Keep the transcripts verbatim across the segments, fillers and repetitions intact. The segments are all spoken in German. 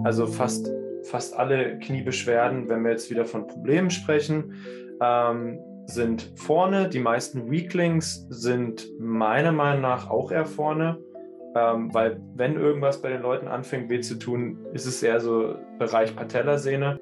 Also fast, fast alle Kniebeschwerden, wenn wir jetzt wieder von Problemen sprechen, ähm, sind vorne. Die meisten Weaklings sind meiner Meinung nach auch eher vorne, ähm, weil wenn irgendwas bei den Leuten anfängt weh zu tun, ist es eher so Bereich Patellasehne.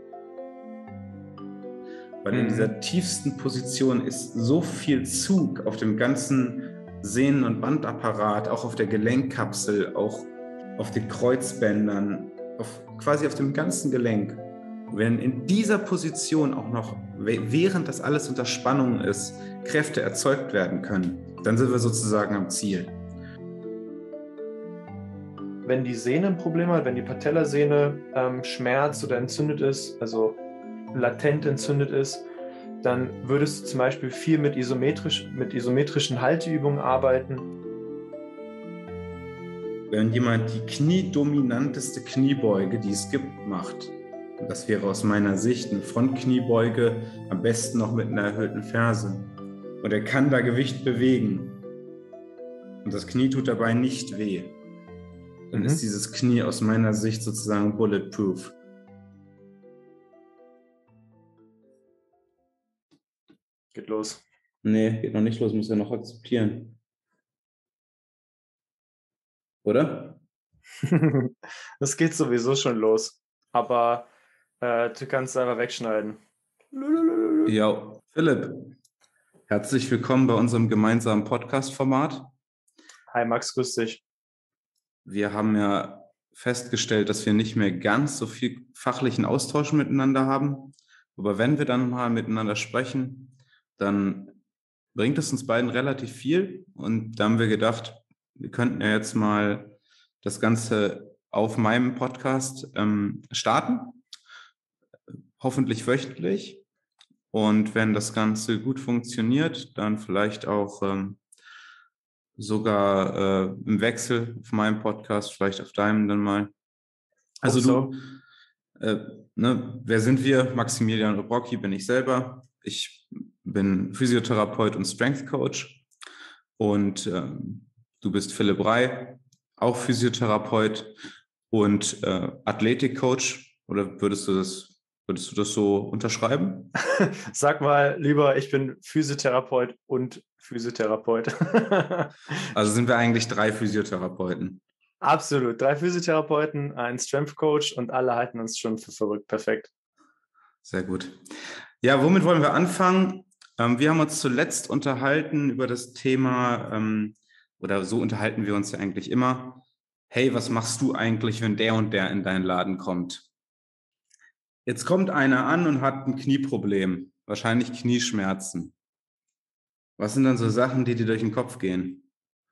Weil in dieser tiefsten Position ist so viel Zug auf dem ganzen Sehnen- und Bandapparat, auch auf der Gelenkkapsel, auch auf den Kreuzbändern, auf, quasi auf dem ganzen Gelenk. Wenn in dieser Position auch noch, während das alles unter Spannung ist, Kräfte erzeugt werden können, dann sind wir sozusagen am Ziel. Wenn die Sehne ein Problem hat, wenn die Patellasehne ähm, schmerzt oder entzündet ist, also latent entzündet ist, dann würdest du zum Beispiel viel mit, isometrisch, mit isometrischen Halteübungen arbeiten. Wenn jemand die kniedominanteste Kniebeuge, die es gibt, macht, und das wäre aus meiner Sicht eine Frontkniebeuge, am besten noch mit einer erhöhten Ferse, und er kann da Gewicht bewegen und das Knie tut dabei nicht weh, dann Mhm. ist dieses Knie aus meiner Sicht sozusagen bulletproof. Geht los. Nee, geht noch nicht los, muss er noch akzeptieren. Oder? Das geht sowieso schon los. Aber äh, du kannst es einfach wegschneiden. Ja, Philipp, herzlich willkommen bei unserem gemeinsamen Podcast-Format. Hi Max, grüß dich. Wir haben ja festgestellt, dass wir nicht mehr ganz so viel fachlichen Austausch miteinander haben. Aber wenn wir dann mal miteinander sprechen, dann bringt es uns beiden relativ viel. Und da haben wir gedacht, wir könnten ja jetzt mal das Ganze auf meinem Podcast ähm, starten, hoffentlich wöchentlich. Und wenn das Ganze gut funktioniert, dann vielleicht auch ähm, sogar äh, im Wechsel auf meinem Podcast, vielleicht auf deinem dann mal. Also so. du, äh, ne, wer sind wir? Maximilian Obrocki bin ich selber. Ich bin Physiotherapeut und Strength Coach. Und ähm, du bist Philipp Rey, auch Physiotherapeut und äh, Athletikcoach. Oder würdest du das, würdest du das so unterschreiben? Sag mal lieber, ich bin Physiotherapeut und Physiotherapeut. Also sind wir eigentlich drei Physiotherapeuten. Absolut. Drei Physiotherapeuten, ein Strength Coach und alle halten uns schon für verrückt. Perfekt. Sehr gut. Ja, womit wollen wir anfangen? Ähm, wir haben uns zuletzt unterhalten über das Thema, ähm, oder so unterhalten wir uns ja eigentlich immer. Hey, was machst du eigentlich, wenn der und der in deinen Laden kommt? Jetzt kommt einer an und hat ein Knieproblem, wahrscheinlich Knieschmerzen. Was sind dann so Sachen, die dir durch den Kopf gehen?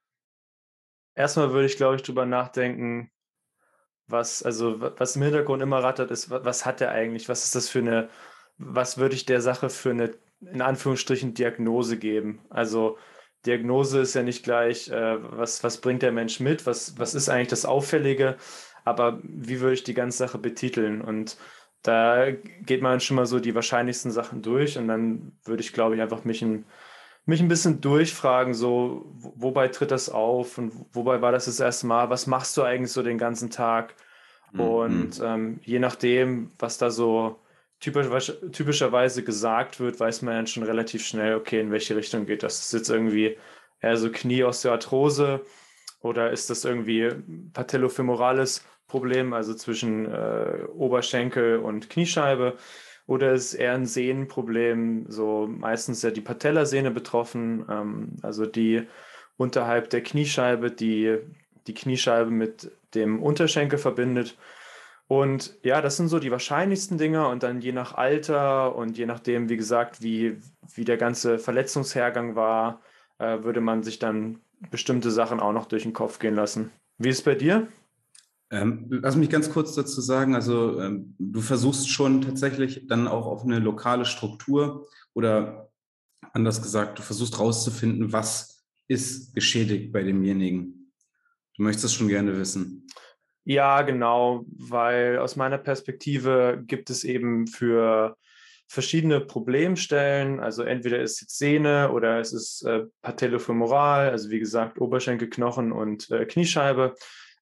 Erstmal würde ich, glaube ich, drüber nachdenken, was, also was im Hintergrund immer rattert, ist, was hat er eigentlich? Was ist das für eine, was würde ich der Sache für eine, in Anführungsstrichen, Diagnose geben? Also Diagnose ist ja nicht gleich, äh, was, was bringt der Mensch mit, was, was ist eigentlich das Auffällige, aber wie würde ich die ganze Sache betiteln? Und da geht man schon mal so die wahrscheinlichsten Sachen durch und dann würde ich, glaube ich, einfach mich ein mich ein bisschen durchfragen, so, wobei tritt das auf und wobei war das das erste Mal? Was machst du eigentlich so den ganzen Tag? Und Mhm. ähm, je nachdem, was da so typisch, typischerweise gesagt wird, weiß man dann schon relativ schnell, okay, in welche Richtung geht das? Ist jetzt irgendwie eher so Knieosteoarthrose oder ist das irgendwie patellofemorales Problem, also zwischen äh, Oberschenkel und Kniescheibe? Oder ist es eher ein Sehnenproblem, so meistens ja die Patellasehne betroffen, ähm, also die unterhalb der Kniescheibe, die die Kniescheibe mit dem Unterschenkel verbindet. Und ja, das sind so die wahrscheinlichsten Dinge und dann je nach Alter und je nachdem, wie gesagt, wie, wie der ganze Verletzungshergang war, äh, würde man sich dann bestimmte Sachen auch noch durch den Kopf gehen lassen. Wie ist es bei dir? Ähm, lass mich ganz kurz dazu sagen, also ähm, du versuchst schon tatsächlich dann auch auf eine lokale Struktur oder anders gesagt, du versuchst rauszufinden, was ist geschädigt bei demjenigen. Du möchtest das schon gerne wissen. Ja, genau, weil aus meiner Perspektive gibt es eben für verschiedene Problemstellen, also entweder ist es Sehne oder es ist äh, patellofemoral, also wie gesagt Oberschenkelknochen und äh, Kniescheibe.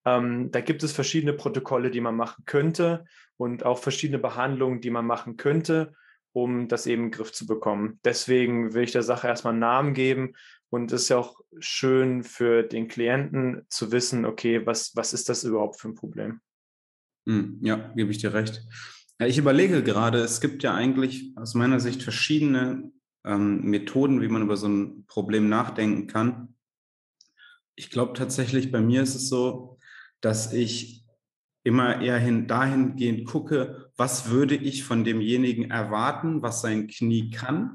Ähm, da gibt es verschiedene Protokolle, die man machen könnte und auch verschiedene Behandlungen, die man machen könnte, um das eben in den Griff zu bekommen. Deswegen will ich der Sache erstmal einen Namen geben und es ist ja auch schön für den Klienten zu wissen, okay, was, was ist das überhaupt für ein Problem? Hm, ja, gebe ich dir recht. Ja, ich überlege gerade, es gibt ja eigentlich aus meiner Sicht verschiedene ähm, Methoden, wie man über so ein Problem nachdenken kann. Ich glaube tatsächlich, bei mir ist es so, dass ich immer eher hin, dahingehend gucke, was würde ich von demjenigen erwarten, was sein Knie kann.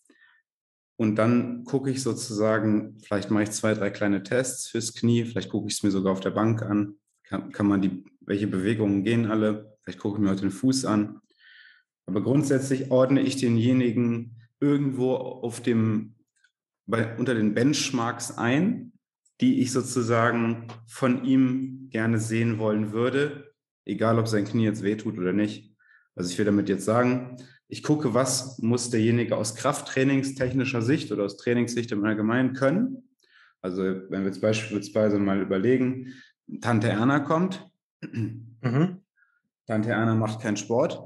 Und dann gucke ich sozusagen, vielleicht mache ich zwei, drei kleine Tests fürs Knie, vielleicht gucke ich es mir sogar auf der Bank an, kann, kann man die, welche Bewegungen gehen alle, vielleicht gucke ich mir heute den Fuß an. Aber grundsätzlich ordne ich denjenigen irgendwo auf dem, bei, unter den Benchmarks ein, die ich sozusagen von ihm gerne sehen wollen würde, egal ob sein Knie jetzt wehtut oder nicht. Also ich will damit jetzt sagen, ich gucke, was muss derjenige aus krafttrainingstechnischer Sicht oder aus Trainingssicht im Allgemeinen können. Also wenn wir jetzt beispielsweise mal überlegen, Tante Erna kommt, Mhm. Tante Erna macht keinen Sport.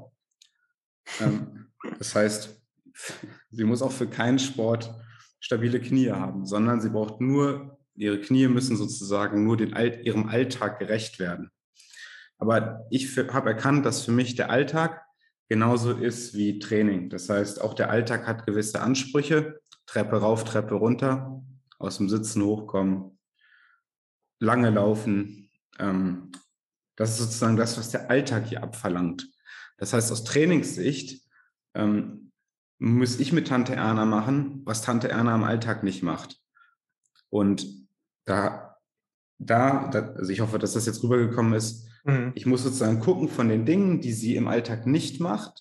Ähm, das heißt, sie muss auch für keinen Sport stabile Knie haben, sondern sie braucht nur, ihre Knie müssen sozusagen nur den, ihrem Alltag gerecht werden. Aber ich habe erkannt, dass für mich der Alltag genauso ist wie Training. Das heißt, auch der Alltag hat gewisse Ansprüche. Treppe rauf, Treppe runter, aus dem Sitzen hochkommen, lange laufen. Ähm, das ist sozusagen das, was der Alltag hier abverlangt. Das heißt, aus Trainingssicht ähm, muss ich mit Tante Erna machen, was Tante Erna im Alltag nicht macht. Und da, da, da also ich hoffe, dass das jetzt rübergekommen ist, Mhm. ich muss sozusagen gucken von den Dingen, die sie im Alltag nicht macht,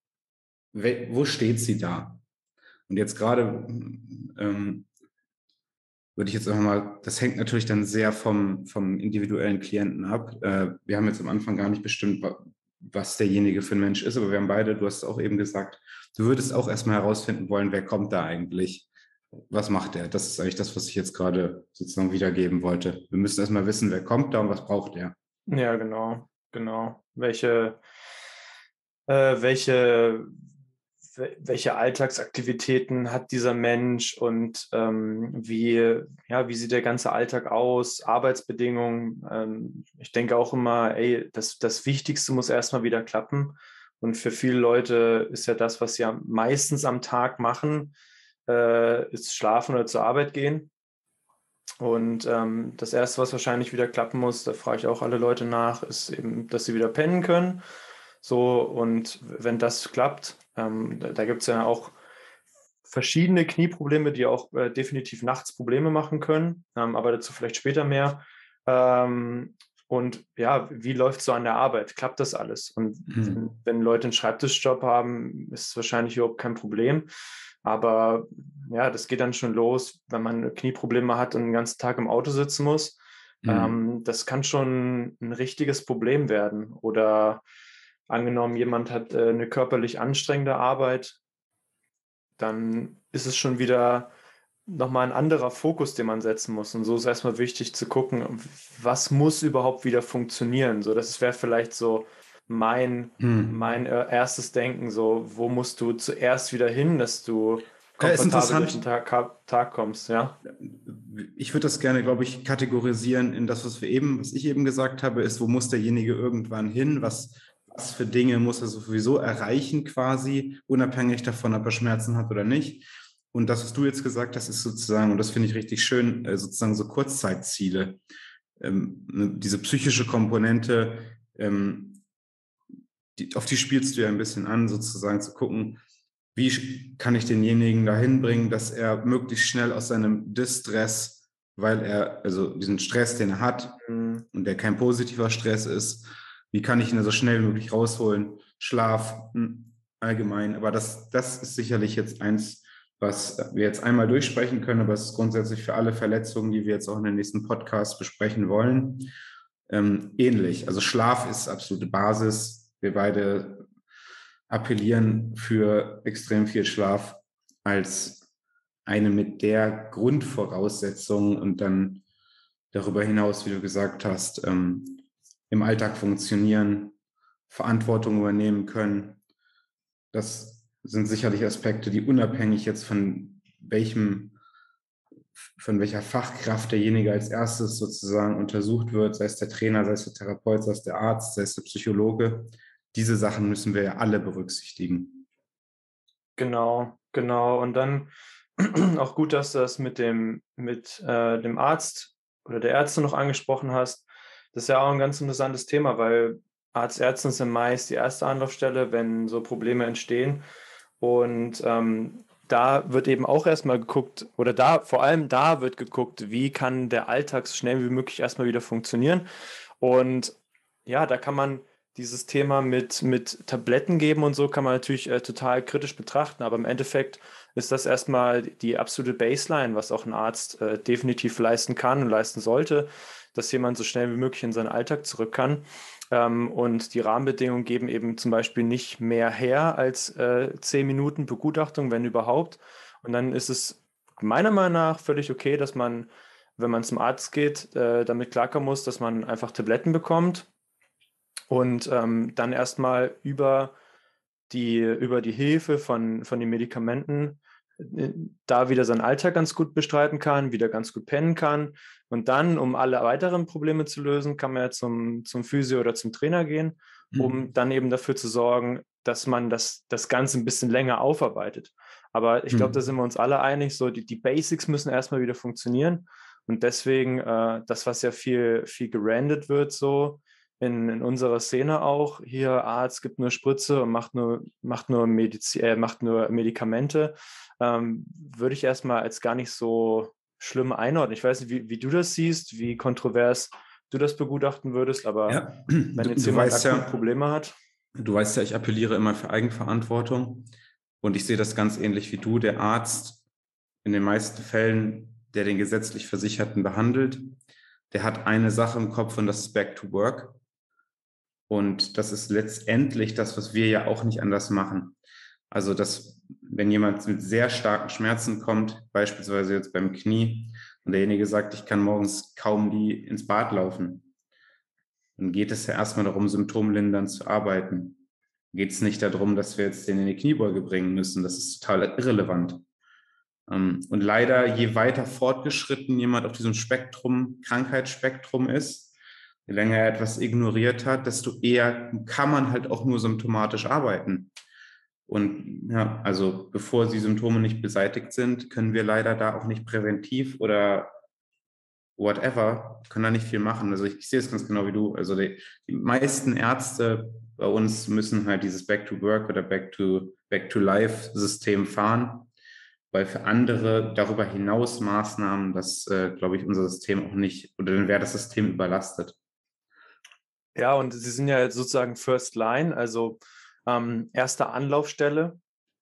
wo steht sie da? Und jetzt gerade ähm, würde ich jetzt einfach mal, das hängt natürlich dann sehr vom, vom individuellen Klienten ab. Äh, wir haben jetzt am Anfang gar nicht bestimmt, was derjenige für ein Mensch ist, aber wir haben beide, du hast es auch eben gesagt, du würdest auch erstmal herausfinden wollen, wer kommt da eigentlich? Was macht er? Das ist eigentlich das, was ich jetzt gerade sozusagen wiedergeben wollte. Wir müssen erstmal wissen, wer kommt da und was braucht er. Ja, genau, genau. Welche, äh, welche, wel- welche Alltagsaktivitäten hat dieser Mensch und ähm, wie, ja, wie sieht der ganze Alltag aus, Arbeitsbedingungen. Ähm, ich denke auch immer, ey, das, das Wichtigste muss erstmal wieder klappen. Und für viele Leute ist ja das, was sie am- meistens am Tag machen, äh, ist schlafen oder zur Arbeit gehen. Und ähm, das Erste, was wahrscheinlich wieder klappen muss, da frage ich auch alle Leute nach, ist eben, dass sie wieder pennen können. So, und wenn das klappt, ähm, da, da gibt es ja auch verschiedene Knieprobleme, die auch äh, definitiv nachts Probleme machen können, ähm, aber dazu vielleicht später mehr. Ähm, und ja, wie läuft es so an der Arbeit? Klappt das alles? Und wenn, Hm. wenn Leute einen Schreibtischjob haben, ist es wahrscheinlich überhaupt kein Problem. Aber ja, das geht dann schon los, wenn man Knieprobleme hat und den ganzen Tag im Auto sitzen muss. Hm. Ähm, das kann schon ein richtiges Problem werden. Oder angenommen, jemand hat äh, eine körperlich anstrengende Arbeit, dann ist es schon wieder nochmal ein anderer Fokus, den man setzen muss. Und so ist erstmal wichtig zu gucken, was muss überhaupt wieder funktionieren. So, das wäre vielleicht so mein, Hm. mein äh, erstes Denken, so, wo musst du zuerst wieder hin, dass du Äh, ist komfortabel durch den interessant. Tag, Tag kommst, ja? Ich würde das gerne, glaube ich, kategorisieren in das, was wir eben, was ich eben gesagt habe, ist, wo muss derjenige irgendwann hin? Was, was für Dinge muss er sowieso erreichen, quasi, unabhängig davon, ob er Schmerzen hat oder nicht. Und das, was du jetzt gesagt hast, ist sozusagen, und das finde ich richtig schön, äh, sozusagen so Kurzzeitziele. Ähm, ne, diese psychische Komponente, ähm, die, auf die spielst du ja ein bisschen an, sozusagen zu gucken, wie kann ich denjenigen dahin bringen, dass er möglichst schnell aus seinem Distress, weil er, also diesen Stress, den er hat Mhm. und der kein positiver Stress ist, wie kann ich ihn so schnell wie möglich rausholen? Schlaf hm, allgemein. Aber das, das ist sicherlich jetzt eins, was wir jetzt einmal durchsprechen können, aber es ist grundsätzlich für alle Verletzungen, die wir jetzt auch in den nächsten Podcasts besprechen wollen, ähm, ähnlich. Also Schlaf ist absolute Basis. Wir beide appellieren für extrem viel Schlaf als eine mit der Grundvoraussetzung und dann darüber hinaus, wie du gesagt hast, ähm, im Alltag funktionieren, Verantwortung übernehmen können. Das sind sicherlich Aspekte, die unabhängig jetzt von welchem, von welcher Fachkraft derjenige als erstes sozusagen untersucht wird, sei es der Trainer, sei es der Therapeut, sei es der Arzt, sei es der Psychologe. Diese Sachen müssen wir ja alle berücksichtigen. Genau, genau. Und dann auch gut, dass du das mit dem, mit äh, dem Arzt oder der Ärzte noch angesprochen hast. Das ist ja auch ein ganz interessantes Thema, weil Arzt, Ärzte sind meist die erste Anlaufstelle, wenn so Probleme entstehen. Und ähm, da wird eben auch erstmal geguckt, oder da, vor allem da wird geguckt, wie kann der Alltag so schnell wie möglich erstmal wieder funktionieren. Und ja, da kann man dieses Thema mit, mit Tabletten geben und so kann man natürlich äh, total kritisch betrachten, aber im Endeffekt ist das erstmal die absolute Baseline, was auch ein Arzt äh, definitiv leisten kann und leisten sollte, dass jemand so schnell wie möglich in seinen Alltag zurück kann. Ähm, und die Rahmenbedingungen geben eben zum Beispiel nicht mehr her als äh, zehn Minuten Begutachtung, wenn überhaupt. Und dann ist es meiner Meinung nach völlig okay, dass man, wenn man zum Arzt geht, äh, damit klarkommen muss, dass man einfach Tabletten bekommt und ähm, dann erstmal über die, über die Hilfe von, von den Medikamenten äh, da wieder seinen Alltag ganz gut bestreiten kann, wieder ganz gut pennen kann. Und dann, um alle weiteren Probleme zu lösen, kann man ja zum, zum Physio oder zum Trainer gehen, um dann eben dafür zu sorgen, dass man das, das Ganze ein bisschen länger aufarbeitet. Aber ich glaube, da sind wir uns alle einig, so die, die Basics müssen erstmal wieder funktionieren. Und deswegen, äh, das, was ja viel, viel gerandet wird, so, in, in unserer Szene auch, hier Arzt gibt nur Spritze und macht nur, macht nur, Mediz äh, macht nur Medikamente, ähm, würde ich erstmal als gar nicht so schlimm einordnen. Ich weiß nicht, wie, wie du das siehst, wie kontrovers du das begutachten würdest, aber Ja, wenn du, jetzt du jemand weißt akut ja, Probleme hat. du weißt ja, ich appelliere immer für Eigenverantwortung und ich sehe das ganz ähnlich wie du. Der Arzt in den meisten Fällen, der den gesetzlich Versicherten behandelt, der hat eine Sache im Kopf und das ist Back to Work. Und das ist letztendlich das, was wir ja auch nicht anders machen. Also, dass, wenn jemand mit sehr starken Schmerzen kommt, beispielsweise jetzt beim Knie, und derjenige sagt, ich kann morgens kaum die ins Bad laufen, dann geht es ja erstmal darum, symptomlindernd zu arbeiten. Geht es nicht darum, dass wir jetzt den in die Kniebeuge bringen müssen. Das ist total irrelevant. Und leider, je weiter fortgeschritten jemand auf diesem Spektrum, Krankheitsspektrum ist, je länger er etwas ignoriert hat, desto eher kann man halt auch nur symptomatisch arbeiten. Und ja, also bevor die Symptome nicht beseitigt sind, können wir leider da auch nicht präventiv oder whatever, können da nicht viel machen. Also ich, ich sehe es ganz genau wie du. Also die, die meisten Ärzte bei uns müssen halt dieses Back to Work oder Back to Back to Life System fahren, weil für andere darüber hinaus Maßnahmen, das äh, glaube ich unser System auch nicht, oder dann wäre das System überlastet. Ja, und sie sind ja jetzt sozusagen First Line, also ähm, erste Anlaufstelle.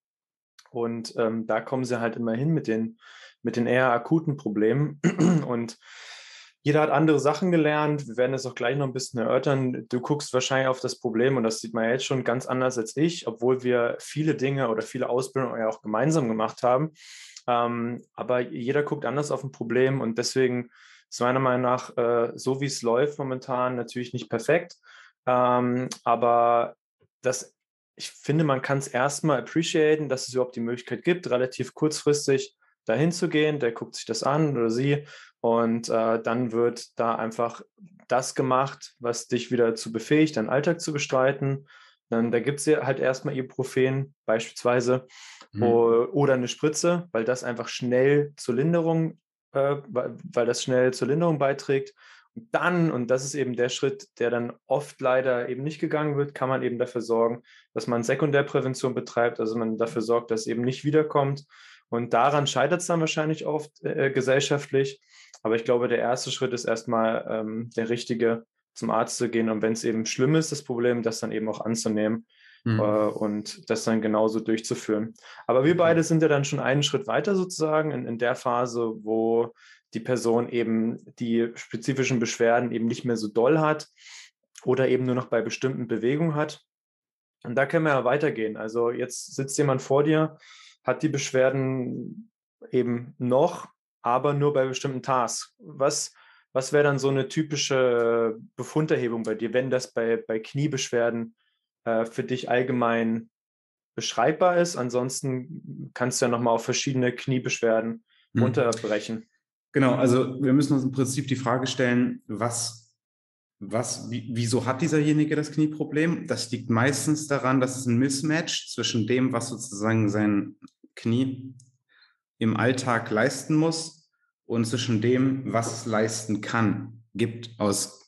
Und ähm, da kommen sie halt immer hin mit den, mit den eher akuten Problemen. Und jeder hat andere Sachen gelernt. Wir werden das auch gleich noch ein bisschen erörtern. Du guckst wahrscheinlich auf das Problem und das sieht man jetzt schon ganz anders als ich, obwohl wir viele Dinge oder viele Ausbildungen ja auch gemeinsam gemacht haben. Ähm, aber jeder guckt anders auf ein Problem und deswegen ist meiner Meinung nach, äh, so wie es läuft momentan, natürlich nicht perfekt. Ähm, aber das ich finde, man kann es erstmal appreciaten, dass es überhaupt die Möglichkeit gibt, relativ kurzfristig dahin zu gehen. Der guckt sich das an oder sie und äh, dann wird da einfach das gemacht, was dich wieder dazu befähigt, deinen Alltag zu bestreiten. Dann, da gibt es ja halt erstmal Ibuprofen beispielsweise Mhm. o- oder eine Spritze, weil das einfach schnell zur Linderung, äh, weil, weil das schnell zur Linderung beiträgt. Und dann, und das ist eben der Schritt, der dann oft leider eben nicht gegangen wird, kann man eben dafür sorgen, dass man Sekundärprävention betreibt, also man dafür sorgt, dass es eben nicht wiederkommt. Und daran scheitert es dann wahrscheinlich oft äh, gesellschaftlich. Aber ich glaube, der erste Schritt ist erstmal ähm, der richtige, zum Arzt zu gehen. Und wenn es eben schlimm ist, das Problem, das dann eben auch anzunehmen äh, Mhm. und das dann genauso durchzuführen. Aber wir beide sind ja dann schon einen Schritt weiter sozusagen in, in der Phase, wo die Person eben die spezifischen Beschwerden eben nicht mehr so doll hat oder eben nur noch bei bestimmten Bewegungen hat. Und da können wir ja weitergehen. Also jetzt sitzt jemand vor dir, hat die Beschwerden eben noch, aber nur bei bestimmten Tasks. Was, was wäre dann so eine typische Befunderhebung bei dir, wenn das bei, bei Kniebeschwerden äh, für dich allgemein beschreibbar ist? Ansonsten kannst du ja nochmal auf verschiedene Kniebeschwerden Hm. runterbrechen. Genau, also wir müssen uns im Prinzip die Frage stellen, was, was, wie, wieso hat dieserjenige das Knieproblem? Das liegt meistens daran, dass es ein Mismatch zwischen dem, was sozusagen sein Knie im Alltag leisten muss und zwischen dem, was es leisten kann, gibt. Aus,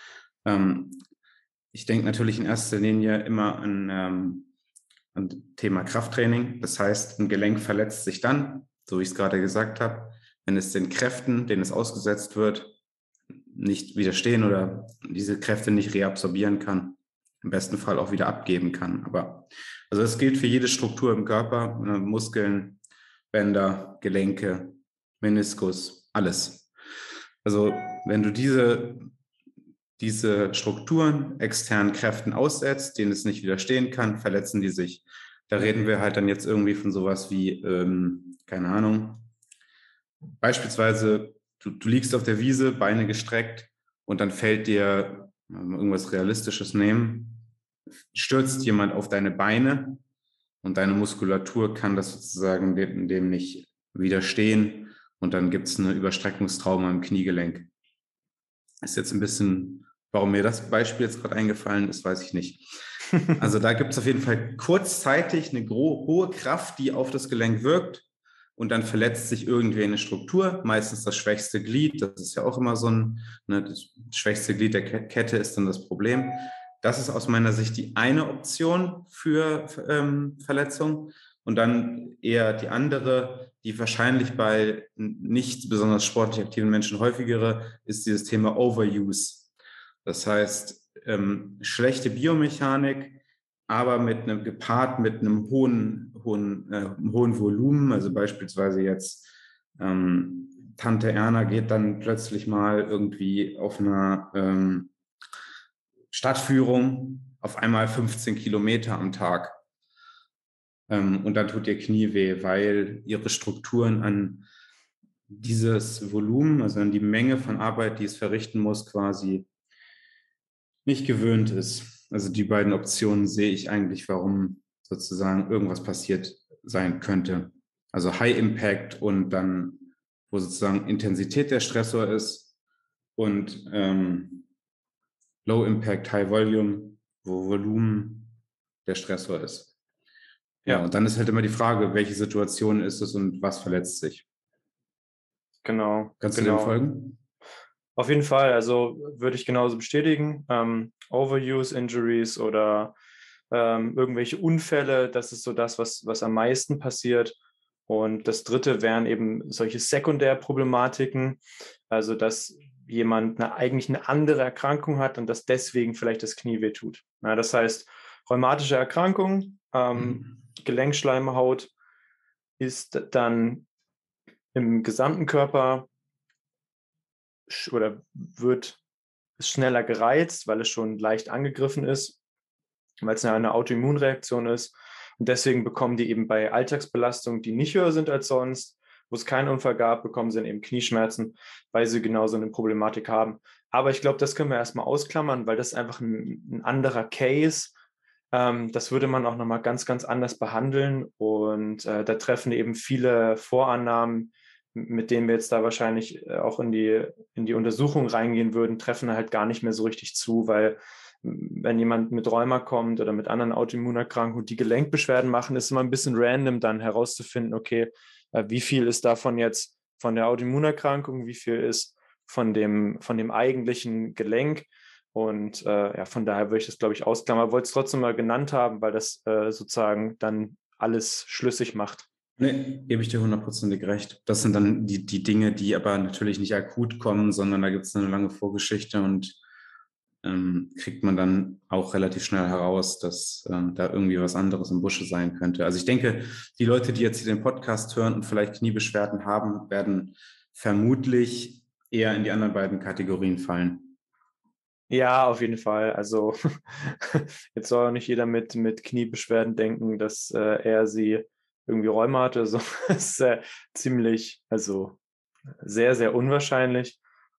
ähm, ich denke natürlich in erster Linie immer an, ähm, an Thema Krafttraining. Das heißt, ein Gelenk verletzt sich dann, so wie ich es gerade gesagt habe, wenn es den Kräften, denen es ausgesetzt wird, nicht widerstehen oder diese Kräfte nicht reabsorbieren kann, im besten Fall auch wieder abgeben kann. Aber also das gilt für jede Struktur im Körper, Muskeln, Bänder, Gelenke, Meniskus, alles. Also wenn du diese, diese Strukturen externen Kräften aussetzt, denen es nicht widerstehen kann, verletzen die sich. Da reden wir halt dann jetzt irgendwie von sowas wie, ähm, keine Ahnung, beispielsweise, du, du liegst auf der Wiese, Beine gestreckt und dann fällt dir, irgendwas Realistisches nehmen, stürzt jemand auf deine Beine und deine Muskulatur kann das sozusagen dem, dem nicht widerstehen und dann gibt es eine Überstreckungstrauma im Kniegelenk. Ist jetzt ein bisschen, warum mir das Beispiel jetzt gerade eingefallen ist, weiß ich nicht. Also da gibt es auf jeden Fall kurzzeitig eine hohe Kraft, die auf das Gelenk wirkt und dann verletzt sich irgendwie eine Struktur, meistens das schwächste Glied, das ist ja auch immer so ein, ne, das schwächste Glied der Kette ist dann das Problem. Das ist aus meiner Sicht die eine Option für ähm, Verletzung und dann eher die andere, die wahrscheinlich bei nicht besonders sportlich aktiven Menschen häufigere, ist dieses Thema Overuse. Das heißt, ähm, schlechte Biomechanik, aber mit einem gepaart mit einem hohen, hohen, äh, hohen Volumen, also beispielsweise jetzt ähm, Tante Erna geht dann plötzlich mal irgendwie auf einer ähm, Stadtführung auf einmal fünfzehn Kilometer am Tag. Ähm, und dann tut ihr Knie weh, weil ihre Strukturen an dieses Volumen, also an die Menge von Arbeit, die es verrichten muss, quasi nicht gewöhnt ist. Also die beiden Optionen sehe ich eigentlich, warum sozusagen irgendwas passiert sein könnte. Also High Impact und dann, wo sozusagen Intensität der Stressor ist und ähm, Low Impact, High Volume, wo Volumen der Stressor ist. Ja, Ja, und dann ist halt immer die Frage, welche Situation ist es und was verletzt sich. genau, Kannst du dem genau. folgen? Auf jeden Fall, also würde ich genauso bestätigen. Ähm, Overuse Injuries oder ähm, irgendwelche Unfälle, das ist so das, was, was am meisten passiert. Und das dritte wären eben solche Sekundärproblematiken, also dass jemand eine, eigentlich eine andere Erkrankung hat und dass deswegen vielleicht das Knie wehtut. Ja, das heißt, rheumatische Erkrankung, ähm, Mhm. Gelenkschleimhaut ist dann im gesamten Körper oder wird schneller gereizt, weil es schon leicht angegriffen ist, weil es eine Autoimmunreaktion ist. Und deswegen bekommen die eben bei Alltagsbelastungen, die nicht höher sind als sonst, wo es keinen Unfall gab, bekommen sie dann eben Knieschmerzen, weil sie genau so eine Problematik haben. Aber ich glaube, das können wir erstmal ausklammern, weil das einfach ein, ein anderer Case. Ähm, das würde man auch nochmal ganz, ganz anders behandeln. Und äh, da treffen eben viele Vorannahmen, mit denen wir jetzt da wahrscheinlich auch in die, in die Untersuchung reingehen würden, treffen halt gar nicht mehr so richtig zu, weil wenn jemand mit Rheuma kommt oder mit anderen Autoimmunerkrankungen, die Gelenkbeschwerden machen, ist immer ein bisschen random dann herauszufinden, okay, wie viel ist davon jetzt von der Autoimmunerkrankung, wie viel ist von dem, von dem eigentlichen Gelenk. Und äh, ja, von daher würde ich das, glaube ich, ausklammern. Wollte es trotzdem mal genannt haben, weil das äh, sozusagen dann alles schlüssig macht. Nee, gebe ich dir hundertprozentig recht. Das sind dann die, die Dinge, die aber natürlich nicht akut kommen, sondern da gibt es eine lange Vorgeschichte und ähm, kriegt man dann auch relativ schnell heraus, dass ähm, da irgendwie was anderes im Busche sein könnte. Also ich denke, die Leute, die jetzt hier den Podcast hören und vielleicht Kniebeschwerden haben, werden vermutlich eher in die anderen beiden Kategorien fallen. Ja, auf jeden Fall. Also jetzt soll auch nicht jeder mit, mit Kniebeschwerden denken, dass äh, er sie irgendwie Rheuma hatte. So, das ist äh, ziemlich, also sehr, sehr unwahrscheinlich.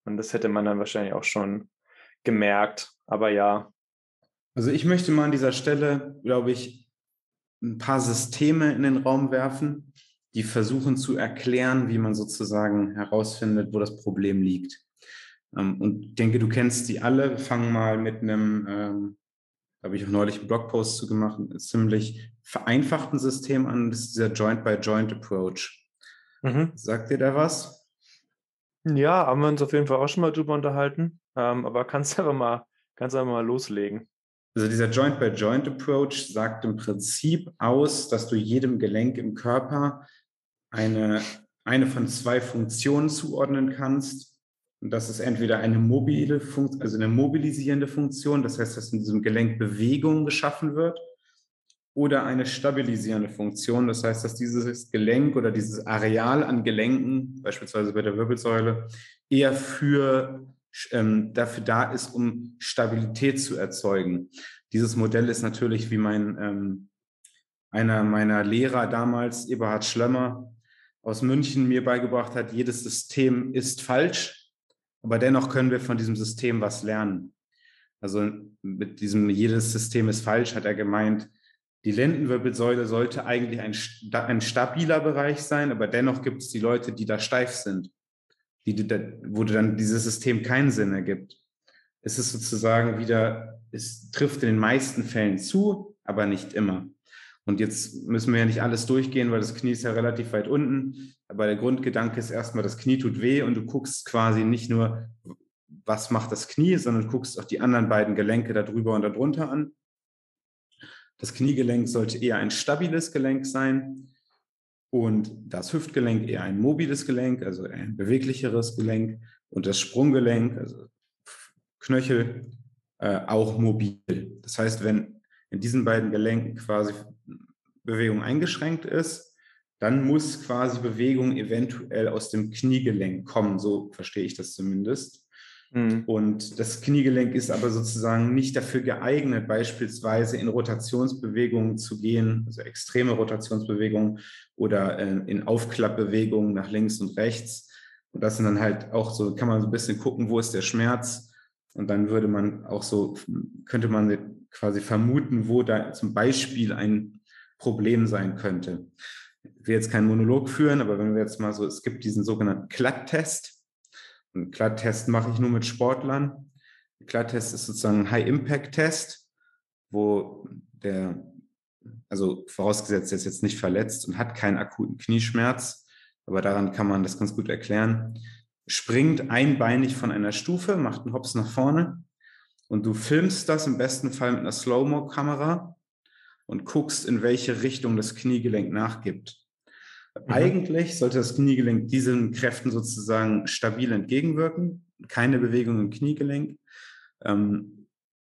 Und das hätte man dann wahrscheinlich auch schon gemerkt. Aber ja. Also ich möchte mal an dieser Stelle, glaube ich, ein paar Systeme in den Raum werfen, die versuchen zu erklären, wie man sozusagen herausfindet, wo das Problem liegt. Und ich denke, du kennst die alle. Wir fangen mal mit einem, ähm, da habe ich auch neulich einen Blogpost zu gemacht, einem ziemlich vereinfachten System an. Das ist dieser Joint-by-Joint-Approach. Mhm. Sagt dir da was? Ja, haben wir uns auf jeden Fall auch schon mal drüber unterhalten. Ähm, aber kannst du einfach mal, kannst einfach mal loslegen. Also dieser Joint-by-Joint-Approach sagt im Prinzip aus, dass du jedem Gelenk im Körper eine, eine von zwei Funktionen zuordnen kannst. Und das ist entweder eine mobile Funktion, also eine mobilisierende Funktion, das heißt, dass in diesem Gelenk Bewegung geschaffen wird, oder eine stabilisierende Funktion, das heißt, dass dieses Gelenk oder dieses Areal an Gelenken, beispielsweise bei der Wirbelsäule, eher für, ähm, dafür da ist, um Stabilität zu erzeugen. Dieses Modell ist natürlich, wie mein ähm, einer meiner Lehrer damals, Eberhard Schlömmer aus München, mir beigebracht hat, jedes System ist falsch, aber dennoch können wir von diesem System was lernen. Also mit diesem jedes System ist falsch, hat er gemeint, die Lendenwirbelsäule sollte eigentlich ein, ein stabiler Bereich sein, aber dennoch gibt es die Leute, die da steif sind, die, wo dann dieses System keinen Sinn ergibt. Es ist sozusagen wieder, es trifft in den meisten Fällen zu, aber nicht immer. Und jetzt müssen wir ja nicht alles durchgehen, weil das Knie ist ja relativ weit unten. Aber der Grundgedanke ist erstmal, das Knie tut weh und du guckst quasi nicht nur, was macht das Knie, sondern du guckst auch die anderen beiden Gelenke da drüber und da drunter an. Das Kniegelenk sollte eher ein stabiles Gelenk sein und das Hüftgelenk eher ein mobiles Gelenk, also ein beweglicheres Gelenk, und das Sprunggelenk, also Knöchel, äh, auch mobil. Das heißt, wenn in diesen beiden Gelenken quasi Bewegung eingeschränkt ist, dann muss quasi Bewegung eventuell aus dem Kniegelenk kommen, so verstehe ich das zumindest. Mhm. Und das Kniegelenk ist aber sozusagen nicht dafür geeignet, beispielsweise in Rotationsbewegungen zu gehen, also extreme Rotationsbewegungen oder in Aufklappbewegungen nach links und rechts. Und das sind dann halt auch so, kann man so ein bisschen gucken, wo ist der Schmerz. Und dann würde man auch so, könnte man quasi vermuten, wo da zum Beispiel ein Problem sein könnte. Ich will jetzt keinen Monolog führen, aber wenn wir jetzt mal so, es gibt diesen sogenannten Klatt-Test. Einen Klatt-Test mache ich nur mit Sportlern. Der Klatt-Test ist sozusagen ein High-Impact-Test, wo der, also vorausgesetzt, der ist jetzt nicht verletzt und hat keinen akuten Knieschmerz, aber daran kann man das ganz gut erklären, springt einbeinig von einer Stufe, macht einen Hops nach vorne und du filmst das im besten Fall mit einer Slow-Mo-Kamera und guckst, in welche Richtung das Kniegelenk nachgibt. Mhm. Eigentlich sollte das Kniegelenk diesen Kräften sozusagen stabil entgegenwirken, keine Bewegung im Kniegelenk. Ähm,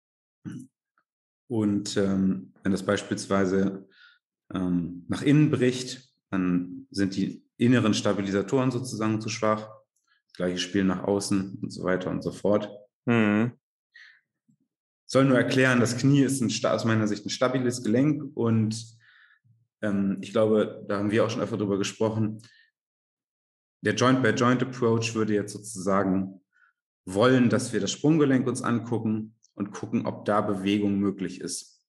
und ähm, wenn das beispielsweise ähm, nach innen bricht, dann sind die inneren Stabilisatoren sozusagen zu schwach. Das gleiche Spiel nach außen und so weiter und so fort. Mhm. Soll nur erklären, das Knie ist ein, aus meiner Sicht ein stabiles Gelenk und ähm, ich glaube, da haben wir auch schon öfter drüber gesprochen, der Joint-by-Joint-Approach würde jetzt sozusagen wollen, dass wir das Sprunggelenk uns angucken und gucken, ob da Bewegung möglich ist.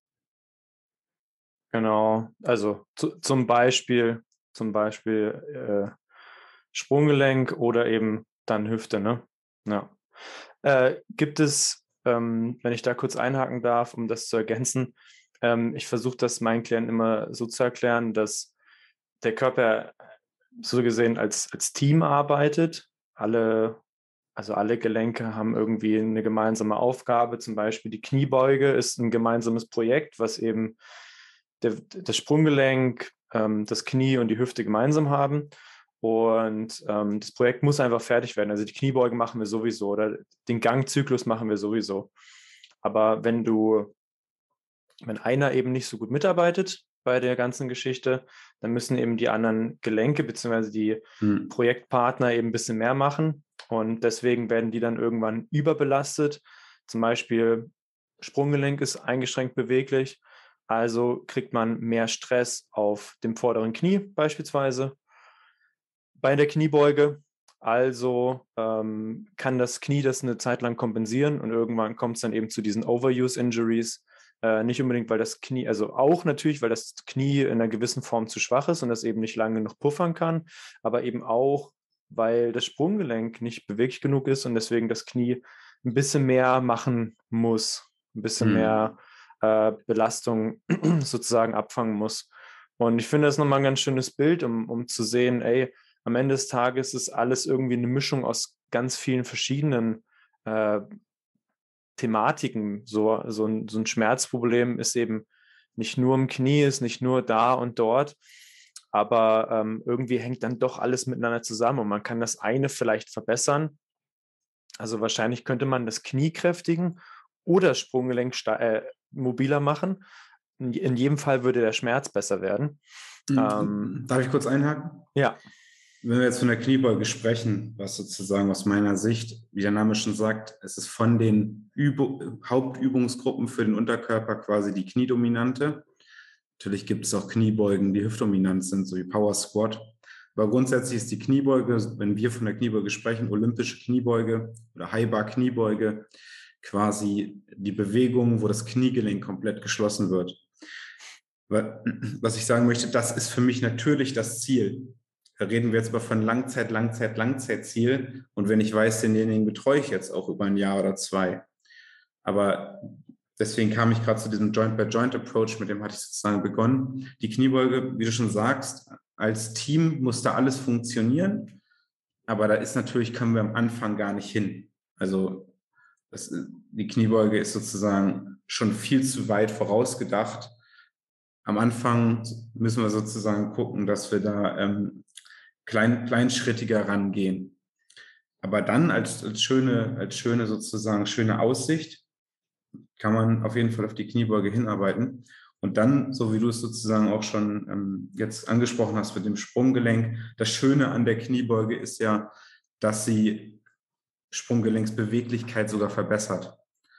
Genau, also zu, zum Beispiel, zum Beispiel äh, Sprunggelenk oder eben dann Hüfte, ne? Ja. Äh, gibt es, ähm, wenn ich da kurz einhaken darf, um das zu ergänzen, ähm, ich versuche das meinen Klienten immer so zu erklären, dass der Körper so gesehen als, als Team arbeitet. Alle, also alle Gelenke haben irgendwie eine gemeinsame Aufgabe. Zum Beispiel die Kniebeuge ist ein gemeinsames Projekt, was eben der, das Sprunggelenk, ähm, das Knie und die Hüfte gemeinsam haben. Und ähm, das Projekt muss einfach fertig werden. Also die Kniebeuge machen wir sowieso oder den Gangzyklus machen wir sowieso. Aber wenn du, wenn einer eben nicht so gut mitarbeitet bei der ganzen Geschichte, dann müssen eben die anderen Gelenke bzw. die hm. Projektpartner eben ein bisschen mehr machen. Und deswegen werden die dann irgendwann überbelastet. Zum Beispiel Sprunggelenk ist eingeschränkt beweglich. Also kriegt man mehr Stress auf dem vorderen Knie beispielsweise bei der Kniebeuge. Also ähm, kann das Knie das eine Zeit lang kompensieren und irgendwann kommt es dann eben zu diesen Overuse-Injuries. Äh, nicht unbedingt, weil das Knie, also auch natürlich, weil das Knie in einer gewissen Form zu schwach ist und das eben nicht lange genug puffern kann, aber eben auch, weil das Sprunggelenk nicht beweglich genug ist und deswegen das Knie ein bisschen mehr machen muss, ein bisschen Hm. mehr äh, Belastung sozusagen abfangen muss. Und ich finde das nochmal ein ganz schönes Bild, um, um zu sehen, ey, am Ende des Tages ist alles irgendwie eine Mischung aus ganz vielen verschiedenen äh, Thematiken. So, so, ein, so ein Schmerzproblem ist eben nicht nur im Knie, ist nicht nur da und dort, aber ähm, irgendwie hängt dann doch alles miteinander zusammen und man kann das eine vielleicht verbessern. Also wahrscheinlich könnte man das Knie kräftigen oder das Sprunggelenk äh, mobiler machen. In, in jedem Fall würde der Schmerz besser werden. Ähm, Darf ich kurz einhaken? Ja. Wenn wir jetzt von der Kniebeuge sprechen, was sozusagen aus meiner Sicht, wie der Name schon sagt, es ist von den Üb- Hauptübungsgruppen für den Unterkörper quasi die Kniedominante. Natürlich gibt es auch Kniebeugen, die hüftdominant sind, so wie Power Squat. Aber grundsätzlich ist die Kniebeuge, wenn wir von der Kniebeuge sprechen, olympische Kniebeuge oder High-Bar Kniebeuge, quasi die Bewegung, wo das Kniegelenk komplett geschlossen wird. Was ich sagen möchte, das ist für mich natürlich das Ziel. Da reden wir jetzt aber von Langzeit, Langzeit, Langzeitziel. Und wenn ich weiß, denjenigen betreue ich jetzt auch über ein Jahr oder zwei. Aber deswegen kam ich gerade zu diesem Joint-by-Joint-Approach, mit dem hatte ich sozusagen begonnen. Die Kniebeuge, wie du schon sagst, als Team muss da alles funktionieren. Aber da ist natürlich, können wir am Anfang gar nicht hin. Also das, die Kniebeuge ist sozusagen schon viel zu weit vorausgedacht. Am Anfang müssen wir sozusagen gucken, dass wir da ähm, klein, kleinschrittiger rangehen. Aber dann als, als, schöne, als schöne sozusagen schöne Aussicht kann man auf jeden Fall auf die Kniebeuge hinarbeiten. Und dann, so wie du es sozusagen auch schon ähm, jetzt angesprochen hast mit dem Sprunggelenk, das Schöne an der Kniebeuge ist ja, dass sie Sprunggelenksbeweglichkeit sogar verbessert.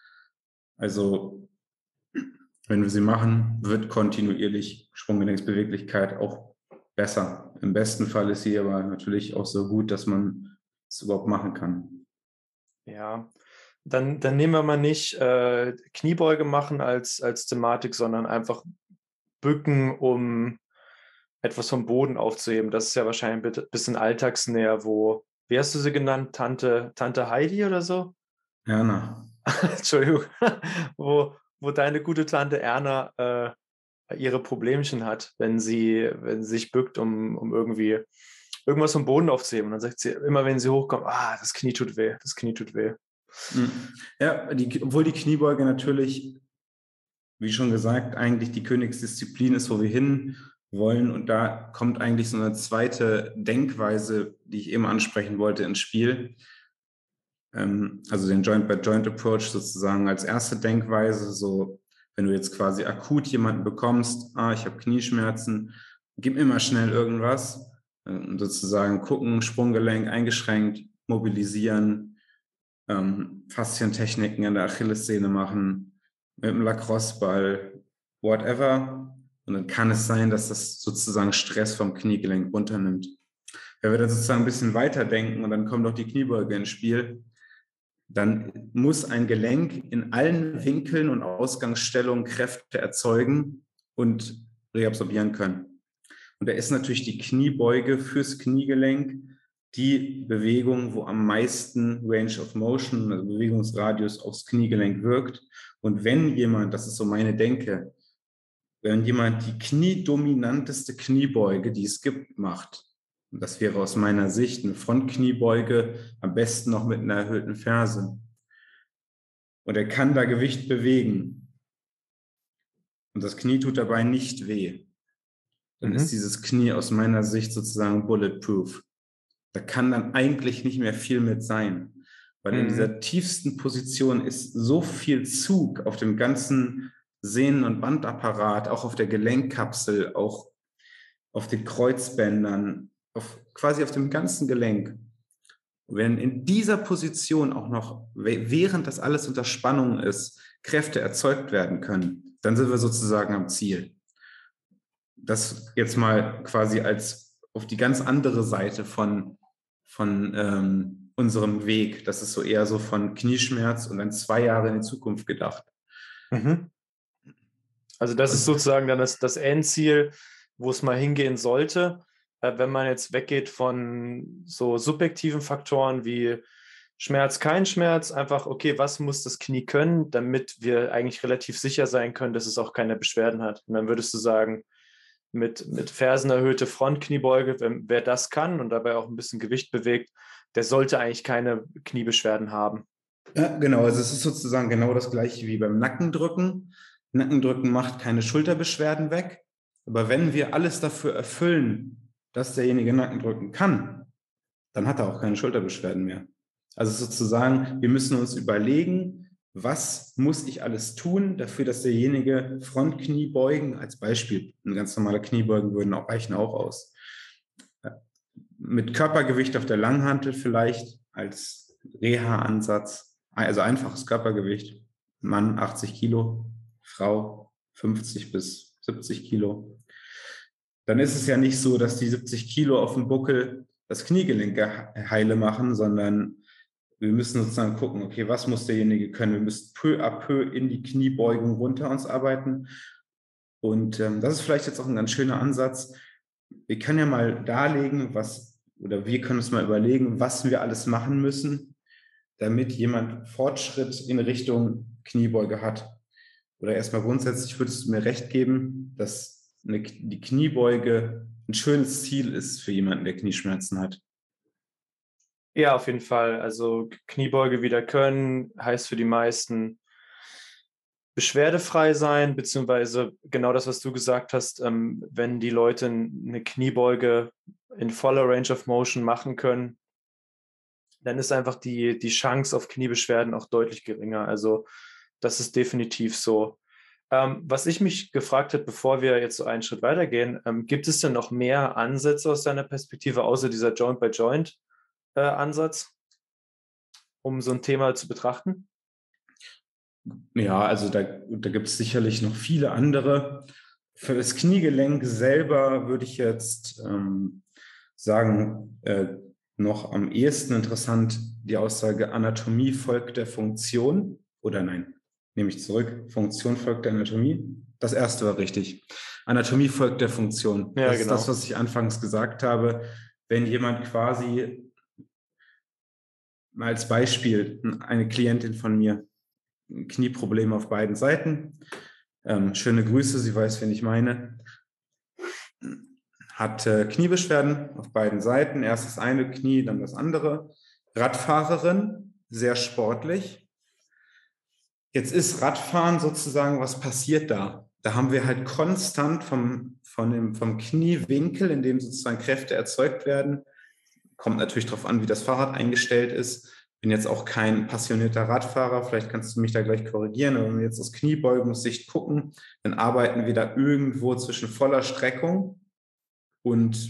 Also wenn wir sie machen, wird kontinuierlich Sprunggelenksbeweglichkeit auch besser. Im besten Fall ist sie aber natürlich auch so gut, dass man es überhaupt machen kann. Ja, dann, dann nehmen wir mal nicht äh, Kniebeuge machen als, als Thematik, sondern einfach bücken, um etwas vom Boden aufzuheben. Das ist ja wahrscheinlich ein bisschen alltagsnäher, wo, wie hast du sie genannt? Tante, Tante Heidi oder so? Erna. Entschuldigung. wo, wo deine gute Tante Erna äh, ihre Problemchen hat, wenn sie, wenn sie sich bückt, um, um irgendwie irgendwas vom Boden aufzuheben. Und dann sagt sie immer, wenn sie hochkommt, ah, das Knie tut weh, das Knie tut weh. Ja, die, obwohl die Kniebeuge natürlich, wie schon gesagt, eigentlich die Königsdisziplin ist, wo wir hin wollen. Und da kommt eigentlich so eine zweite Denkweise, die ich eben ansprechen wollte, ins Spiel. Also den Joint-by-Joint-Approach sozusagen als erste Denkweise, so wenn du jetzt quasi akut jemanden bekommst, ah, ich habe Knieschmerzen, gib mir mal schnell irgendwas und sozusagen gucken, Sprunggelenk eingeschränkt, mobilisieren, ähm, Faszientechniken an der Achillessehne machen, mit dem Lacrosse-Ball, whatever. Und dann kann es sein, dass das sozusagen Stress vom Kniegelenk runternimmt. Wenn wir dann sozusagen ein bisschen weiterdenken und dann kommt auch die Kniebeuge ins Spiel, dann muss ein Gelenk in allen Winkeln und Ausgangsstellungen Kräfte erzeugen und reabsorbieren können. Und da ist natürlich die Kniebeuge fürs Kniegelenk die Bewegung, wo am meisten Range of Motion, also Bewegungsradius aufs Kniegelenk wirkt. Und wenn jemand, das ist so meine Denke, wenn jemand die kniedominanteste Kniebeuge, die es gibt, macht, und das wäre aus meiner Sicht eine Frontkniebeuge, am besten noch mit einer erhöhten Ferse. Und er kann da Gewicht bewegen. Und das Knie tut dabei nicht weh. Dann mhm. ist dieses Knie aus meiner Sicht sozusagen bulletproof. Da kann dann eigentlich nicht mehr viel mit sein. Weil mhm. in dieser tiefsten Position ist so viel Zug auf dem ganzen Sehnen- und Bandapparat, auch auf der Gelenkkapsel, auch auf den Kreuzbändern, auf, quasi auf dem ganzen Gelenk. Wenn in dieser Position auch noch, während das alles unter Spannung ist, Kräfte erzeugt werden können, dann sind wir sozusagen am Ziel. Das jetzt mal quasi als auf die ganz andere Seite von von ähm, unserem Weg. Das ist so eher so von Knieschmerz und dann zwei Jahre in die Zukunft gedacht. Mhm. Also das ist Und sozusagen dann das, das Endziel, wo es mal hingehen sollte. Äh, wenn man jetzt weggeht von so subjektiven Faktoren wie Schmerz, kein Schmerz, einfach, okay, was muss das Knie können, damit wir eigentlich relativ sicher sein können, dass es auch keine Beschwerden hat. Und dann würdest du sagen, mit, mit fersenerhöhte Frontkniebeuge, wenn, wer das kann und dabei auch ein bisschen Gewicht bewegt, der sollte eigentlich keine Kniebeschwerden haben. ja, genau, also es ist sozusagen genau das gleiche wie beim Nackendrücken. Nackendrücken macht keine Schulterbeschwerden weg. Aber wenn wir alles dafür erfüllen, dass derjenige Nackendrücken kann, dann hat er auch keine Schulterbeschwerden mehr. Also sozusagen, wir müssen uns überlegen, was muss ich alles tun dafür, dass derjenige Frontkniebeugen, als Beispiel, ein ganz normaler Kniebeugen würden auch reichen auch aus. Mit Körpergewicht auf der Langhantel vielleicht als Reha-Ansatz, also einfaches Körpergewicht, Mann achtzig Kilo, Frau fünfzig bis siebzig Kilo. Dann ist es ja nicht so, dass die siebzig Kilo auf dem Buckel das Kniegelenk heile machen, sondern wir müssen sozusagen gucken, okay, was muss derjenige können? Wir müssen peu à peu in die Kniebeugung runter uns arbeiten. Und ähm, das ist vielleicht jetzt auch ein ganz schöner Ansatz. Wir können ja mal darlegen, was, oder wir können uns mal überlegen, was wir alles machen müssen, damit jemand Fortschritt in Richtung Kniebeuge hat. Oder erstmal grundsätzlich würdest du mir recht geben, dass eine, die Kniebeuge ein schönes Ziel ist für jemanden, der Knieschmerzen hat. Ja, auf jeden Fall. Also Kniebeuge wieder können heißt für die meisten beschwerdefrei sein, beziehungsweise genau das, was du gesagt hast, ähm, wenn die Leute eine Kniebeuge in voller Range of Motion machen können, dann ist einfach die, die Chance auf Kniebeschwerden auch deutlich geringer. Also das ist definitiv so. Ähm, was ich mich gefragt habe, bevor wir jetzt so einen Schritt weitergehen, ähm, gibt es denn noch mehr Ansätze aus deiner Perspektive, außer dieser Joint-by-Joint-Ansatz, um so ein Thema zu betrachten? Ja, also da, da gibt es sicherlich noch viele andere. Für das Kniegelenk selber würde ich jetzt ähm, sagen, äh, noch am ehesten interessant die Aussage, Anatomie folgt der Funktion. Oder nein, nehme ich zurück, Funktion folgt der Anatomie. Das erste war richtig. Anatomie folgt der Funktion. Ja, Das ist das, genau. was ich anfangs gesagt habe. Wenn jemand quasi, mal als Beispiel, eine Klientin von mir, Knieprobleme auf beiden Seiten. Ähm, schöne Grüße, sie weiß, wen ich meine. Hat äh, Kniebeschwerden auf beiden Seiten. Erst das eine Knie, dann das andere. Radfahrerin, sehr sportlich. Jetzt ist Radfahren sozusagen, was passiert da? Da haben wir halt konstant vom, von dem, vom Kniewinkel, in dem sozusagen Kräfte erzeugt werden. Kommt natürlich darauf an, wie das Fahrrad eingestellt ist. Bin jetzt auch kein passionierter Radfahrer, vielleicht kannst du mich da gleich korrigieren, aber wenn wir jetzt aus Kniebeugungssicht gucken, dann arbeiten wir da irgendwo zwischen voller Streckung und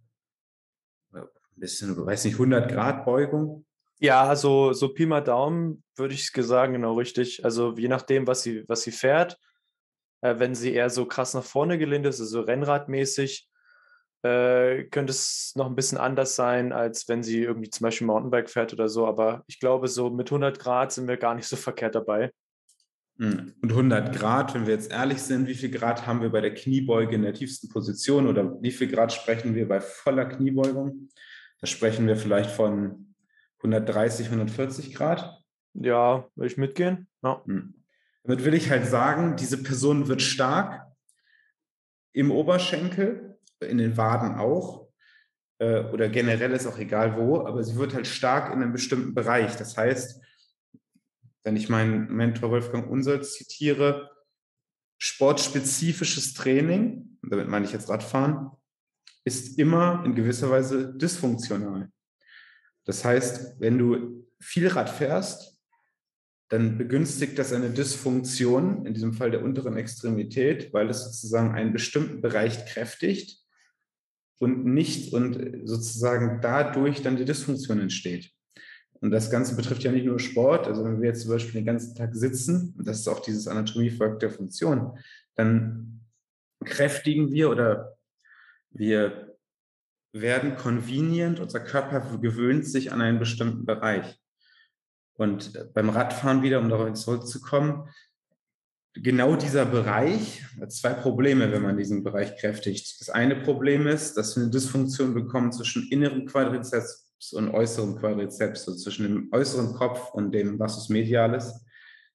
ein bisschen, weiß nicht, hundert Grad Beugung. Ja, also so Pi mal Daumen würde ich sagen, genau richtig. Also je nachdem, was sie, was sie fährt, äh, wenn sie eher so krass nach vorne gelehnt ist, also rennradmäßig, äh, könnte es noch ein bisschen anders sein, als wenn sie irgendwie zum Beispiel Mountainbike fährt oder so. Aber ich glaube, so mit hundert Grad sind wir gar nicht so verkehrt dabei. Und hundert Grad, wenn wir jetzt ehrlich sind, wie viel Grad haben wir bei der Kniebeuge in der tiefsten Position oder wie viel Grad sprechen wir bei voller Kniebeugung? Da sprechen wir vielleicht von hundertdreißig, hundertvierzig Grad. Ja, würde ich mitgehen. Ja. Hm. Damit will ich halt sagen, diese Person wird stark im Oberschenkel, in den Waden auch, äh, oder generell ist auch egal wo, aber sie wird halt stark in einem bestimmten Bereich. Das heißt, wenn ich meinen Mentor Wolfgang Unsold zitiere, sportspezifisches Training, und damit meine ich jetzt Radfahren, ist immer in gewisser Weise dysfunktional. Das heißt, wenn du viel Rad fährst, dann begünstigt das eine Dysfunktion, in diesem Fall der unteren Extremität, weil es sozusagen einen bestimmten Bereich kräftigt und nicht und sozusagen dadurch dann die Dysfunktion entsteht. Und das Ganze betrifft ja nicht nur Sport, also wenn wir jetzt zum Beispiel den ganzen Tag sitzen, und das ist auch dieses Anatomiefolg der Funktion, dann kräftigen wir oder wir werden convenient, unser Körper gewöhnt sich an einen bestimmten Bereich. Und beim Radfahren wieder, um darauf zurückzukommen, genau dieser Bereich hat zwei Probleme, wenn man diesen Bereich kräftigt. Das eine Problem ist, dass wir eine Dysfunktion bekommen zwischen innerem Quadrizeps und äußerem Quadrizeps, also zwischen dem äußeren Kopf und dem Vastus medialis.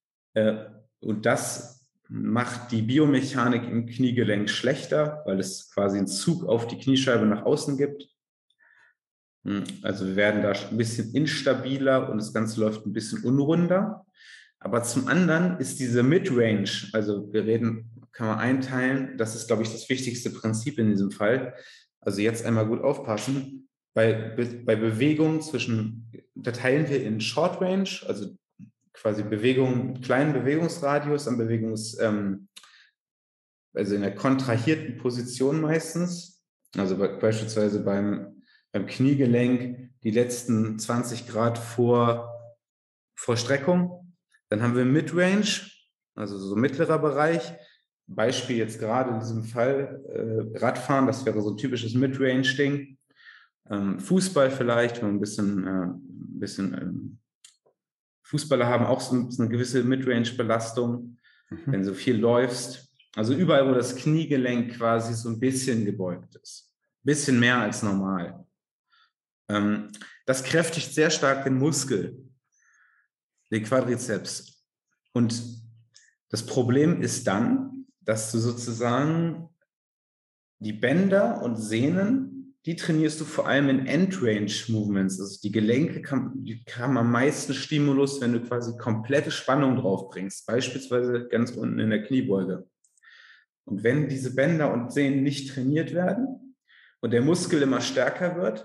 Und das macht die Biomechanik im Kniegelenk schlechter, weil es quasi einen Zug auf die Kniescheibe nach außen gibt. Also wir werden da ein bisschen instabiler und das Ganze läuft ein bisschen unrunder. Aber zum anderen ist diese Midrange, also wir reden, kann man einteilen, das ist, glaube ich, das wichtigste Prinzip in diesem Fall. Also jetzt einmal gut aufpassen. Bei, bei Bewegungen zwischen, da teilen wir in Short Range, also quasi Bewegungen mit kleinen Bewegungsradius an Bewegungs, ähm, also in der kontrahierten Position meistens, also be beispielsweise beim, beim Kniegelenk die letzten zwanzig Grad vor, vor Streckung. Dann haben wir Midrange, also so mittlerer Bereich. Beispiel jetzt gerade in diesem Fall äh, Radfahren, das wäre so ein typisches Midrange-Ding. Ähm, Fußball vielleicht, wenn man ein bisschen, äh, ein bisschen ähm, Fußballer haben auch so eine gewisse Midrange-Belastung, mhm. wenn du viel läufst. Also überall, wo das Kniegelenk quasi so ein bisschen gebeugt ist. Ein bisschen mehr als normal. Ähm, das kräftigt sehr stark den Muskel, den Quadrizeps. Und das Problem ist dann, dass du sozusagen die Bänder und Sehnen, die trainierst du vor allem in End-Range-Movements. Also die Gelenke kann, die haben am meisten Stimulus, wenn du quasi komplette Spannung drauf bringst, beispielsweise ganz unten in der Kniebeuge. Und wenn diese Bänder und Sehnen nicht trainiert werden und der Muskel immer stärker wird,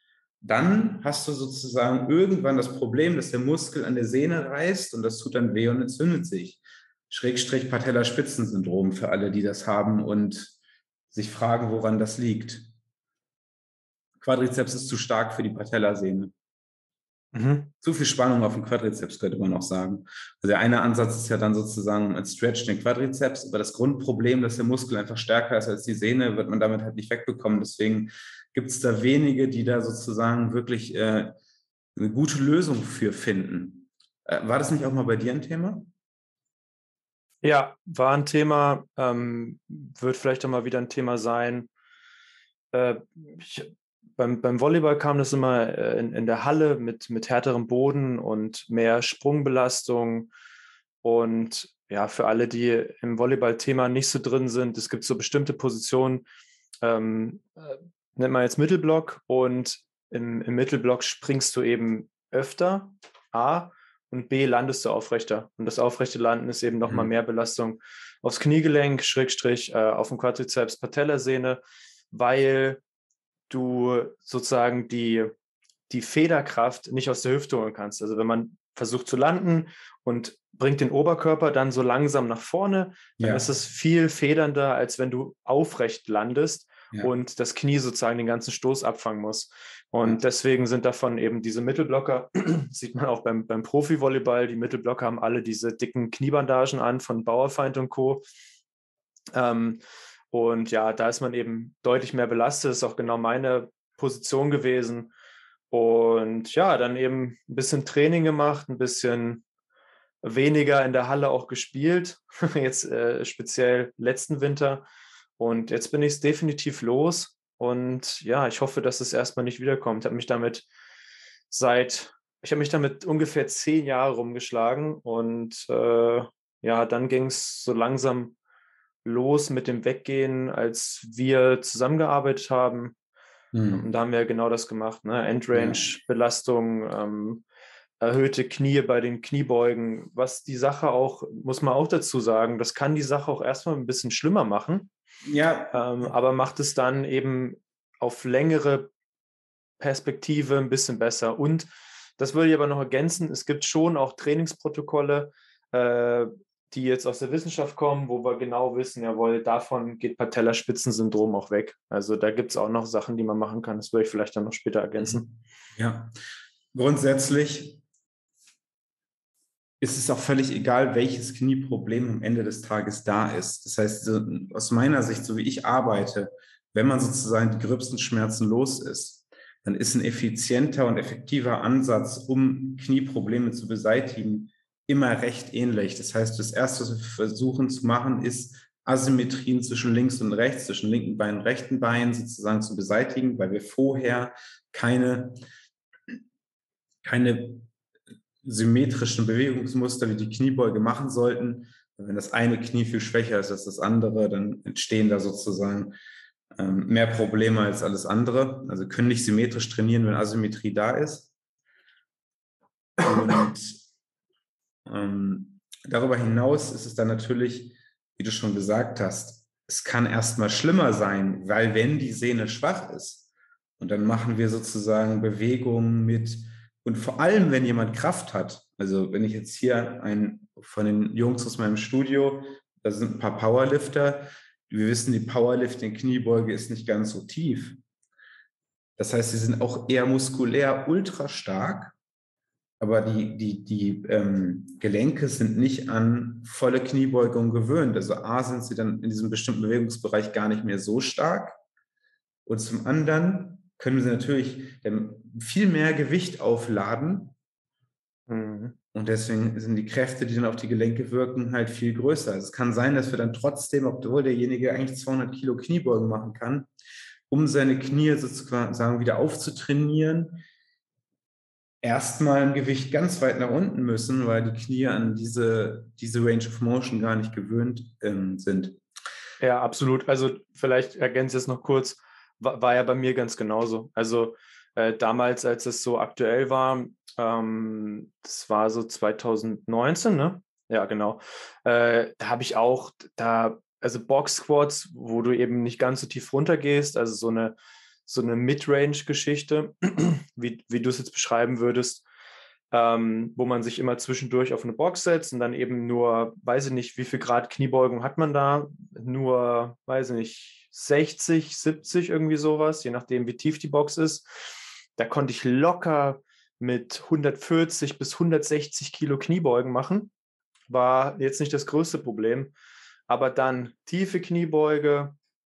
dann hast du sozusagen irgendwann das Problem, dass der Muskel an der Sehne reißt und das tut dann weh und entzündet sich. Schrägstrich Patellaspitzensyndrom für alle, die das haben und sich fragen, woran das liegt. Quadrizeps ist zu stark für die Patellasehne. Mhm. Zu viel Spannung auf dem Quadrizeps, könnte man auch sagen. Also der eine Ansatz ist ja dann sozusagen ein Stretch den Quadrizeps, aber das Grundproblem, dass der Muskel einfach stärker ist als die Sehne, wird man damit halt nicht wegbekommen. Deswegen gibt es da wenige, die da sozusagen wirklich äh, eine gute Lösung für finden. Äh, war das nicht auch mal bei dir ein Thema? Ja, war ein Thema, ähm, wird vielleicht auch mal wieder ein Thema sein. Äh, ich, beim, beim Volleyball kam das immer äh, in, in der Halle mit, mit härterem Boden und mehr Sprungbelastung. Und ja, für alle, die im Volleyball-Thema nicht so drin sind, es gibt so bestimmte Positionen, ähm, äh, nennt man jetzt Mittelblock, und im, im Mittelblock springst du eben öfter, A, und B, landest du aufrechter. Und das aufrechte Landen ist eben nochmal mhm. mehr Belastung aufs Kniegelenk, Schrägstrich, äh, auf dem Quadrizeps, Patellasehne, weil du sozusagen die, die Federkraft nicht aus der Hüfte holen kannst. Also wenn man versucht zu landen und bringt den Oberkörper dann so langsam nach vorne, dann ja. ist es viel federnder, als wenn du aufrecht landest ja. und das Knie sozusagen den ganzen Stoß abfangen muss. Und ja. deswegen sind davon eben diese Mittelblocker, sieht man auch beim, beim Profi-Volleyball, die Mittelblocker haben alle diese dicken Kniebandagen an von Bauerfeind und Co. Ähm, und ja, da ist man eben deutlich mehr belastet, das ist auch genau meine Position gewesen. Und ja, dann eben ein bisschen Training gemacht, ein bisschen weniger in der Halle auch gespielt, jetzt äh, speziell letzten Winter. Und jetzt bin ich es definitiv los. Und ja, ich hoffe, dass es erstmal nicht wiederkommt. Ich habe mich damit seit, ich habe mich damit ungefähr zehn Jahre rumgeschlagen. Und äh, ja, dann ging es so langsam los mit dem Weggehen, als wir zusammengearbeitet haben. Mhm. Und da haben wir genau das gemacht, ne? Endrange-Belastung, ähm, erhöhte Knie bei den Kniebeugen, was die Sache auch, muss man auch dazu sagen, das kann die Sache auch erstmal ein bisschen schlimmer machen. Ja. Ähm, aber macht es dann eben auf längere Perspektive ein bisschen besser. Und das würde ich aber noch ergänzen, es gibt schon auch Trainingsprotokolle, äh, die jetzt aus der Wissenschaft kommen, wo wir genau wissen, jawohl, davon geht Patellaspitzensyndrom auch weg. Also da gibt es auch noch Sachen, die man machen kann. Das würde ich vielleicht dann noch später ergänzen. Ja, grundsätzlich ist es auch völlig egal, welches Knieproblem am Ende des Tages da ist. Das heißt, aus meiner Sicht, so wie ich arbeite, wenn man sozusagen die gröbsten Schmerzen los ist, dann ist ein effizienter und effektiver Ansatz, um Knieprobleme zu beseitigen, immer recht ähnlich. Das heißt, das Erste, was wir versuchen zu machen, ist, Asymmetrien zwischen links und rechts, zwischen linken Bein und rechten Bein sozusagen zu beseitigen, weil wir vorher keine, keine symmetrischen Bewegungsmuster wie die Kniebeuge machen sollten. Wenn das eine Knie viel schwächer ist als das andere, dann entstehen da sozusagen ähm, mehr Probleme als alles andere. Also können nicht symmetrisch trainieren, wenn Asymmetrie da ist. Und ähm, darüber hinaus ist es dann natürlich, wie du schon gesagt hast, es kann erstmal schlimmer sein, weil wenn die Sehne schwach ist und dann machen wir sozusagen Bewegungen mit, und vor allem, wenn jemand Kraft hat, also wenn ich jetzt hier einen von den Jungs aus meinem Studio, da sind ein paar Powerlifter, wir wissen, die Powerlifting-Kniebeuge ist nicht ganz so tief. Das heißt, sie sind auch eher muskulär ultra stark, aber die, die, die ähm, Gelenke sind nicht an volle Kniebeugung gewöhnt. Also A, sind sie dann in diesem bestimmten Bewegungsbereich gar nicht mehr so stark. Und zum anderen können sie natürlich viel mehr Gewicht aufladen. Mhm. Und deswegen sind die Kräfte, die dann auf die Gelenke wirken, halt viel größer. Also es kann sein, dass wir dann trotzdem, obwohl derjenige eigentlich zweihundert Kilo Kniebeugen machen kann, um seine Knie sozusagen wieder aufzutrainieren, erstmal ein Gewicht ganz weit nach unten müssen, weil die Knie an diese, diese Range of Motion gar nicht gewöhnt ähm, sind. Ja, absolut. Also vielleicht ergänze ich es noch kurz, war, war ja bei mir ganz genauso. Also äh, damals, als es so aktuell war, ähm, das war so zwanzig neunzehn, ne? Ja, genau. Äh, da habe ich auch, da, also Box-Squats, wo du eben nicht ganz so tief runtergehst, also so eine so eine Mid-Range-Geschichte, wie, wie du es jetzt beschreiben würdest, ähm, wo man sich immer zwischendurch auf eine Box setzt und dann eben nur, weiß ich nicht, wie viel Grad Kniebeugung hat man da, nur, weiß ich nicht, sechzig, siebzig, irgendwie sowas, je nachdem, wie tief die Box ist. Da konnte ich locker mit hundertvierzig bis hundertsechzig Kilo Kniebeugen machen. War jetzt nicht das größte Problem, aber dann tiefe Kniebeuge,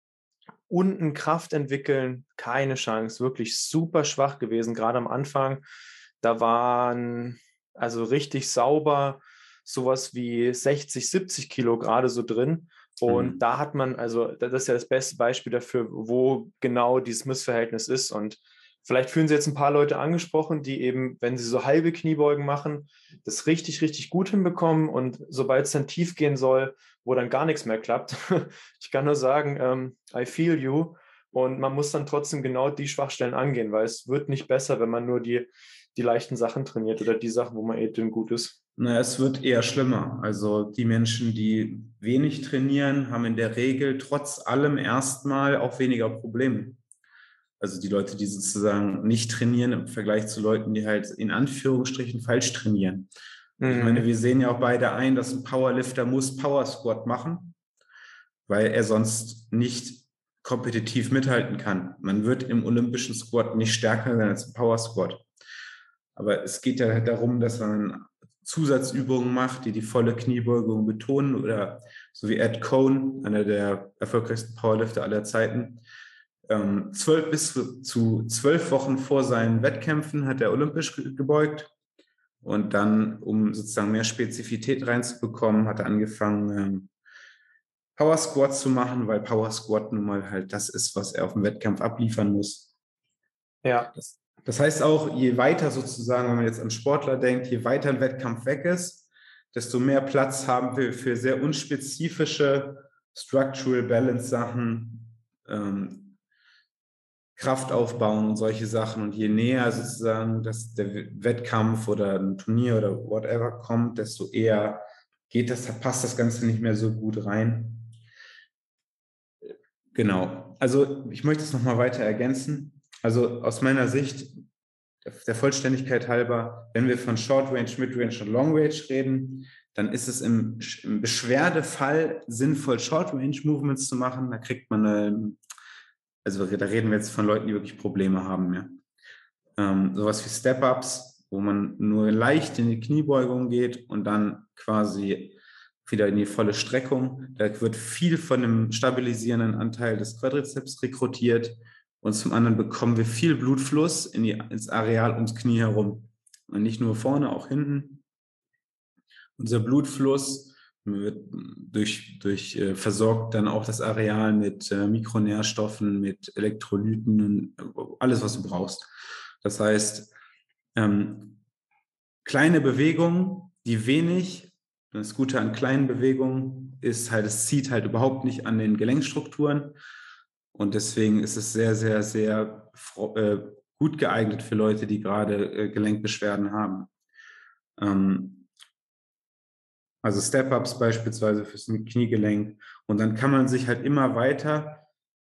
unten Kraft entwickeln, keine Chance, wirklich super schwach gewesen, gerade am Anfang. Da waren also richtig sauber sowas wie sechzig, siebzig Kilo gerade so drin. Und mhm. da hat man, also das ist ja das beste Beispiel dafür, wo genau dieses Missverhältnis ist. Und vielleicht fühlen Sie jetzt ein paar Leute angesprochen, die eben, wenn sie so halbe Kniebeugen machen, das richtig, richtig gut hinbekommen. Und sobald es dann tief gehen soll, wo dann gar nichts mehr klappt, ich kann nur sagen, ähm, I feel you. Und man muss dann trotzdem genau die Schwachstellen angehen, weil es wird nicht besser, wenn man nur die, die leichten Sachen trainiert oder die Sachen, wo man eh dünn gut ist. Na, es wird eher schlimmer. Also die Menschen, die wenig trainieren, haben in der Regel trotz allem erstmal auch weniger Probleme. Also die Leute, die sozusagen nicht trainieren im Vergleich zu Leuten, die halt in Anführungsstrichen falsch trainieren. Mhm. Ich meine, wir sehen ja auch beide ein, dass ein Powerlifter muss Power Squat machen, weil er sonst nicht kompetitiv mithalten kann. Man wird im olympischen Squat nicht stärker sein als im Power Squat. Aber es geht ja darum, dass man Zusatzübungen macht, die die volle Kniebeugung betonen, oder so wie Ed Cohn, einer der erfolgreichsten Powerlifter aller Zeiten, ähm, zwölf, bis zu, zu zwölf Wochen vor seinen Wettkämpfen hat er olympisch gebeugt. Und dann, um sozusagen mehr Spezifität reinzubekommen, hat er angefangen, ähm, Power Squats zu machen, weil Power Squat nun mal halt das ist, was er auf dem Wettkampf abliefern muss. Ja. Das, das heißt auch, je weiter sozusagen, wenn man jetzt an Sportler denkt, je weiter ein Wettkampf weg ist, desto mehr Platz haben wir für sehr unspezifische Structural Balance Sachen, ähm, Kraft aufbauen und solche Sachen. Und je näher sozusagen dass der Wettkampf oder ein Turnier oder whatever kommt, desto eher geht das, passt das Ganze nicht mehr so gut rein. Genau. Also ich möchte es nochmal weiter ergänzen. Also aus meiner Sicht, der Vollständigkeit halber, wenn wir von Short Range, Mid Range und Long Range reden, dann ist es im, im Beschwerdefall sinnvoll, Short Range Movements zu machen. Da kriegt man eine, also da reden wir jetzt von Leuten, die wirklich Probleme haben. Ja. Ähm, sowas wie Step-Ups, wo man nur leicht in die Kniebeugung geht und dann quasi wieder in die volle Streckung. Da wird viel von dem stabilisierenden Anteil des Quadrizeps rekrutiert und zum anderen bekommen wir viel Blutfluss in die, ins Areal ums Knie herum. Und nicht nur vorne, auch hinten. Unser Blutfluss wird durch, durch äh, versorgt dann auch das Areal mit äh, Mikronährstoffen, mit Elektrolyten und äh, alles, was du brauchst. Das heißt, ähm, kleine Bewegungen, die wenig, das Gute an kleinen Bewegungen ist halt, es zieht halt überhaupt nicht an den Gelenkstrukturen und deswegen ist es sehr, sehr, sehr äh, gut geeignet für Leute, die gerade äh, Gelenkbeschwerden haben. Ähm, Also Step-Ups beispielsweise fürs Kniegelenk. Und dann kann man sich halt immer weiter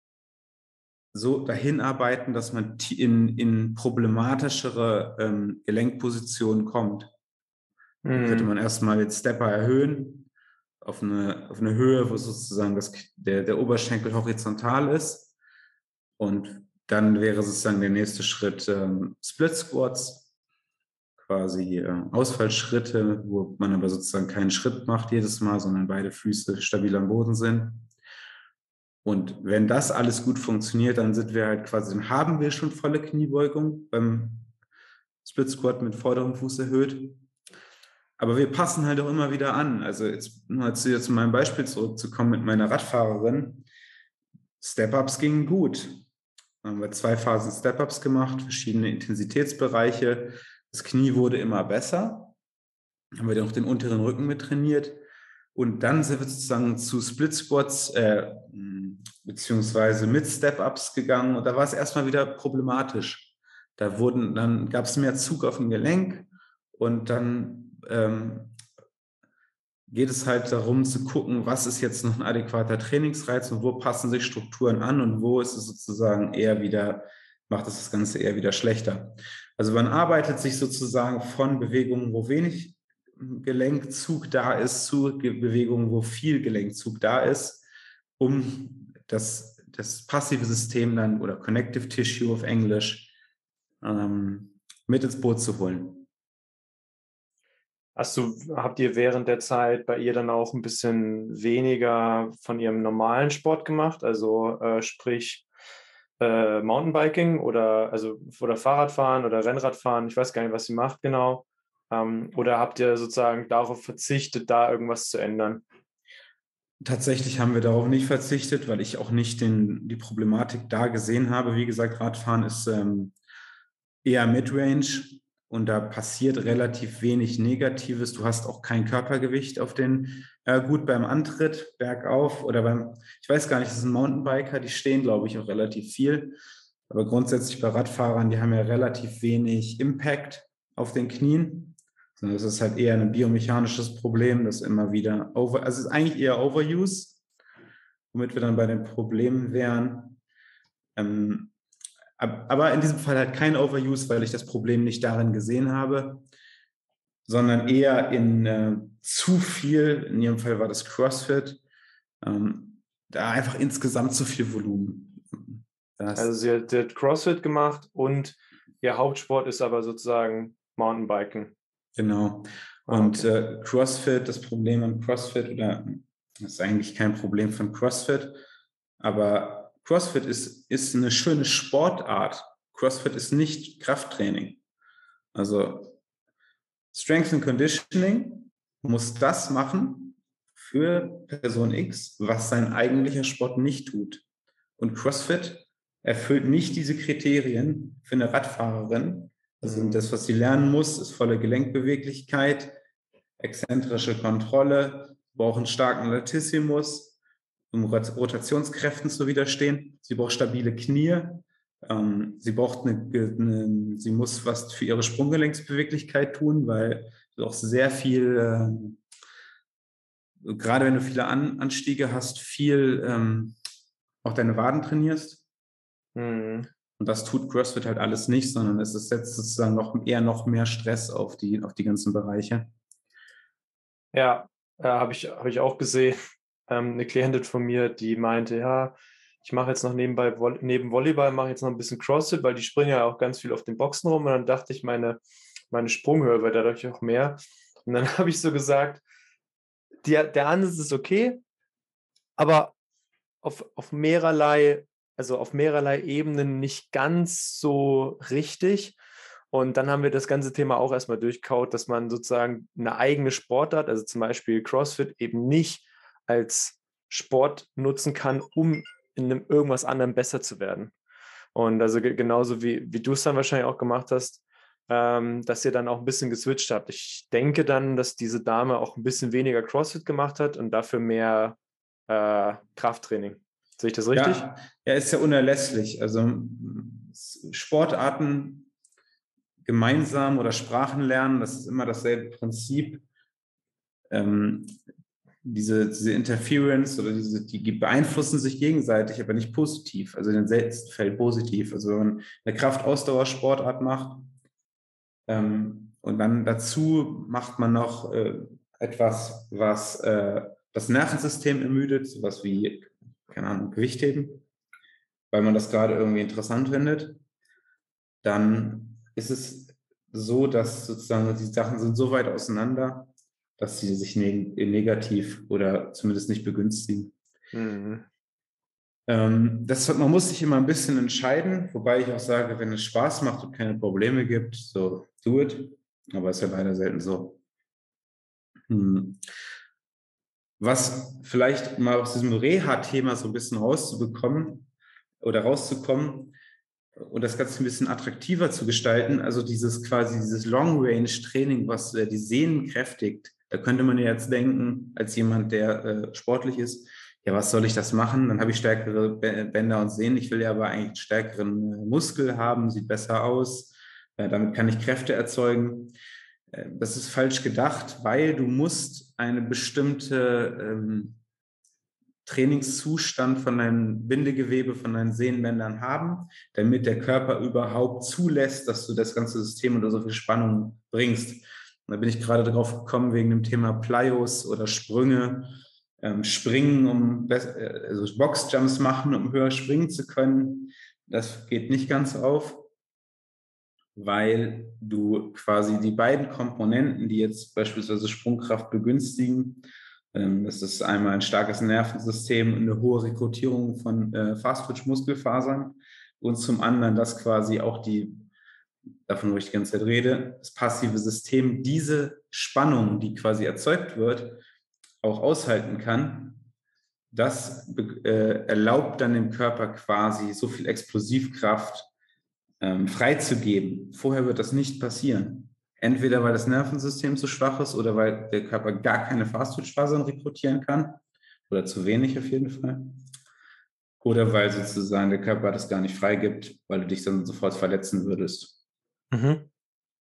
so dahin arbeiten, dass man in, in problematischere ähm, Gelenkpositionen kommt. Mhm. Dann könnte man erstmal den Stepper erhöhen auf eine, auf eine Höhe, wo sozusagen das, der, der Oberschenkel horizontal ist. Und dann wäre sozusagen der nächste Schritt ähm, Split Squats. Quasi äh, Ausfallschritte, wo man aber sozusagen keinen Schritt macht jedes Mal, sondern beide Füße stabil am Boden sind. Und wenn das alles gut funktioniert, dann sind wir halt quasi, dann haben wir schon volle Kniebeugung beim Split Squat mit vorderem Fuß erhöht. Aber wir passen halt auch immer wieder an. Also jetzt nur zu jetzt meinem Beispiel zurückzukommen mit meiner Radfahrerin. Step-Ups gingen gut. Dann haben wir zwei Phasen Step-Ups gemacht, verschiedene Intensitätsbereiche. Das Knie wurde immer besser. Haben wir dann auch den unteren Rücken mit trainiert. Und dann sind wir sozusagen zu Split Squats äh, beziehungsweise mit Step-Ups gegangen. Und da war es erstmal wieder problematisch. Da wurden, dann gab es mehr Zug auf dem Gelenk. Und dann ähm, geht es halt darum zu gucken, was ist jetzt noch ein adäquater Trainingsreiz und wo passen sich Strukturen an und wo ist es sozusagen eher wieder, macht es das Ganze eher wieder schlechter. Also man arbeitet sich sozusagen von Bewegungen, wo wenig Gelenkzug da ist, zu Bewegungen, wo viel Gelenkzug da ist, um das, das passive System dann oder Connective Tissue auf Englisch ähm, mit ins Boot zu holen. Hast du, habt ihr während der Zeit bei ihr dann auch ein bisschen weniger von ihrem normalen Sport gemacht? Also äh, sprich äh, Mountainbiking oder, also, oder Fahrradfahren oder Rennradfahren? Ich weiß gar nicht, was sie macht genau. Ähm, oder habt ihr sozusagen darauf verzichtet, da irgendwas zu ändern? Tatsächlich haben wir darauf nicht verzichtet, weil ich auch nicht den, die Problematik da gesehen habe. Wie gesagt, Radfahren ist ähm, eher Midrange. Und da passiert relativ wenig Negatives. Du hast auch kein Körpergewicht auf den, äh, gut beim Antritt bergauf oder beim, ich weiß gar nicht, das sind Mountainbiker, die stehen, glaube ich, auch relativ viel. Aber grundsätzlich bei Radfahrern, die haben ja relativ wenig Impact auf den Knien. Sondern das ist halt eher ein biomechanisches Problem, das immer wieder over, also es ist eigentlich eher Overuse, womit wir dann bei den Problemen wären. Ähm, Aber in diesem Fall halt kein Overuse, weil ich das Problem nicht darin gesehen habe, sondern eher in äh, zu viel, in ihrem Fall war das CrossFit, ähm, da einfach insgesamt zu viel Volumen. Das, Also sie hat, sie hat CrossFit gemacht und ihr Hauptsport ist aber sozusagen Mountainbiken. Genau. Und ah, okay. äh, CrossFit, das Problem an CrossFit, oder das ist eigentlich kein Problem von CrossFit, aber CrossFit ist, ist eine schöne Sportart. CrossFit ist nicht Krafttraining. Also Strength and Conditioning muss das machen für Person X, was sein eigentlicher Sport nicht tut. Und CrossFit erfüllt nicht diese Kriterien für eine Radfahrerin. Also mhm. das, was sie lernen muss, ist volle Gelenkbeweglichkeit, exzentrische Kontrolle, braucht einen starken Latissimus, um Rotationskräften zu widerstehen. Sie braucht stabile Knie. Ähm, sie braucht eine, eine, sie muss was für ihre Sprunggelenksbeweglichkeit tun, weil du auch sehr viel, äh, gerade wenn du viele An Anstiege hast, viel ähm, auch deine Waden trainierst. Mhm. Und das tut CrossFit halt alles nicht, sondern es setzt sozusagen noch eher noch mehr Stress auf die, auf die ganzen Bereiche. Ja, äh, habe ich, hab ich auch gesehen. Ähm, eine Klientin von mir, die meinte, ja, ich mache jetzt noch nebenbei, neben Volleyball, mache jetzt noch ein bisschen CrossFit, weil die springen ja auch ganz viel auf den Boxen rum. Und dann dachte ich, meine, meine Sprunghöhe wird dadurch auch mehr. Und dann habe ich so gesagt, die, der Ansatz ist okay, aber auf, auf mehrerlei, also auf mehrerlei Ebenen nicht ganz so richtig. Und dann haben wir das ganze Thema auch erstmal durchkaut, dass man sozusagen eine eigene Sportart, also zum Beispiel CrossFit, eben nicht als Sport nutzen kann, um in einem irgendwas anderem besser zu werden. Und also ge- genauso wie, wie du es dann wahrscheinlich auch gemacht hast, ähm, dass ihr dann auch ein bisschen geswitcht habt. Ich denke dann, dass diese Dame auch ein bisschen weniger CrossFit gemacht hat und dafür mehr äh, Krafttraining. Sehe ich das richtig? Ja, er ist ja unerlässlich. Also m, Sportarten gemeinsam oder Sprachen lernen, das ist immer dasselbe Prinzip. Ähm, diese, diese Interference oder diese, die beeinflussen sich gegenseitig, aber nicht positiv, also in den seltensten Fällen positiv. Also wenn man eine Kraftausdauersportart macht ähm, und dann dazu macht man noch äh, etwas, was äh, das Nervensystem ermüdet, sowas wie, keine Ahnung, Gewichtheben, weil man das gerade irgendwie interessant findet, dann ist es so, dass sozusagen die Sachen sind so weit auseinander, dass sie sich neg negativ oder zumindest nicht begünstigen. Mhm. Ähm, das, man muss sich immer ein bisschen entscheiden, wobei ich auch sage, wenn es Spaß macht und keine Probleme gibt, so do it. Aber ist ja leider selten so. Hm. Was vielleicht mal aus diesem Reha-Thema so ein bisschen rauszubekommen oder rauszukommen, und das Ganze ein bisschen attraktiver zu gestalten, also dieses quasi dieses Long-Range-Training, was äh, die Sehnen kräftigt, da könnte man ja jetzt denken, als jemand, der äh, sportlich ist, ja, was soll ich das machen? Dann habe ich stärkere Bänder und Sehnen. Ich will ja aber eigentlich einen stärkeren äh, Muskel haben, sieht besser aus. Äh, damit kann ich Kräfte erzeugen. Äh, das ist falsch gedacht, weil du musst eine bestimmte ähm, Trainingszustand von deinem Bindegewebe, von deinen Sehnenbändern haben, damit der Körper überhaupt zulässt, dass du das ganze System unter so viel Spannung bringst. Und da bin ich gerade drauf gekommen wegen dem Thema Plyos oder Sprünge, ähm, Springen, um also Boxjumps machen, um höher springen zu können. Das geht nicht ganz auf, weil du quasi die beiden Komponenten, die jetzt beispielsweise Sprungkraft begünstigen, ähm, das ist einmal ein starkes Nervensystem und eine hohe Rekrutierung von äh, Fast-Twitch-Muskelfasern und zum anderen, dass quasi auch die, davon wo ich die ganze Zeit rede, das passive System diese Spannung, die quasi erzeugt wird, auch aushalten kann. Das äh, erlaubt dann dem Körper quasi so viel Explosivkraft ähm, freizugeben. Vorher wird das nicht passieren. Entweder weil das Nervensystem zu schwach ist oder weil der Körper gar keine Fast-Twitch-Fasern rekrutieren kann oder zu wenig auf jeden Fall. Oder weil sozusagen der Körper das gar nicht freigibt, weil du dich dann sofort verletzen würdest. Mhm.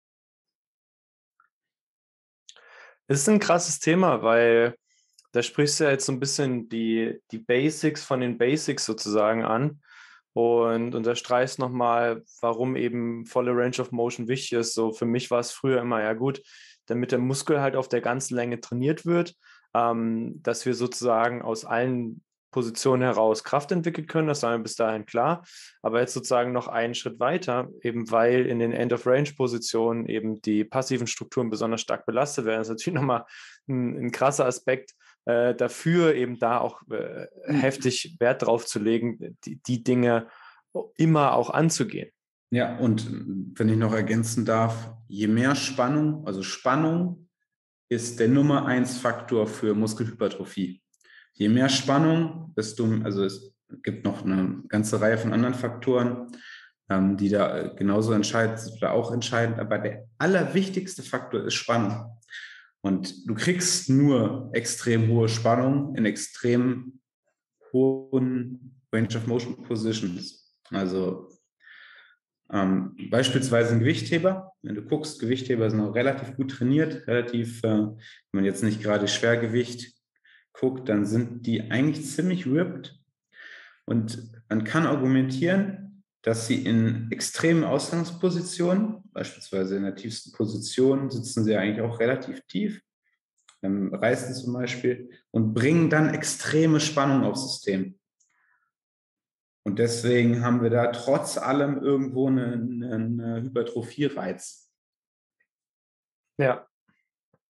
Es ist ein krasses Thema, weil da sprichst du ja jetzt so ein bisschen die, die Basics von den Basics sozusagen an und unterstreichst nochmal, warum eben volle Range of Motion wichtig ist. So für mich war es früher immer, ja gut, damit der Muskel halt auf der ganzen Länge trainiert wird, ähm, dass wir sozusagen aus allen Positionen heraus Kraft entwickeln können, das war mir bis dahin klar. Aber jetzt sozusagen noch einen Schritt weiter, eben weil in den End-of-Range-Positionen eben die passiven Strukturen besonders stark belastet werden. Das ist natürlich nochmal ein, ein krasser Aspekt, äh, dafür eben da auch äh, heftig Wert drauf zu legen, die, die Dinge immer auch anzugehen. Ja, und wenn ich noch ergänzen darf, je mehr Spannung, also Spannung ist der Nummer eins Faktor für Muskelhypertrophie. Je mehr Spannung, desto, also es gibt noch eine ganze Reihe von anderen Faktoren, ähm, die da genauso entscheidend sind oder auch entscheidend, aber der allerwichtigste Faktor ist Spannung. Und du kriegst nur extrem hohe Spannung in extrem hohen Range of Motion Positions. Also ähm, beispielsweise ein Gewichtheber. Wenn du guckst, Gewichtheber sind auch relativ gut trainiert, relativ, äh, wenn man jetzt nicht gerade Schwergewicht guckt, dann sind die eigentlich ziemlich ripped. Und man kann argumentieren, dass sie in extremen Ausgangspositionen, beispielsweise in der tiefsten Position, sitzen sie eigentlich auch relativ tief, ähm, reißen zum Beispiel, und bringen dann extreme Spannung aufs System. Und deswegen haben wir da trotz allem irgendwo einen, einen Hypertrophie-Reiz. Ja.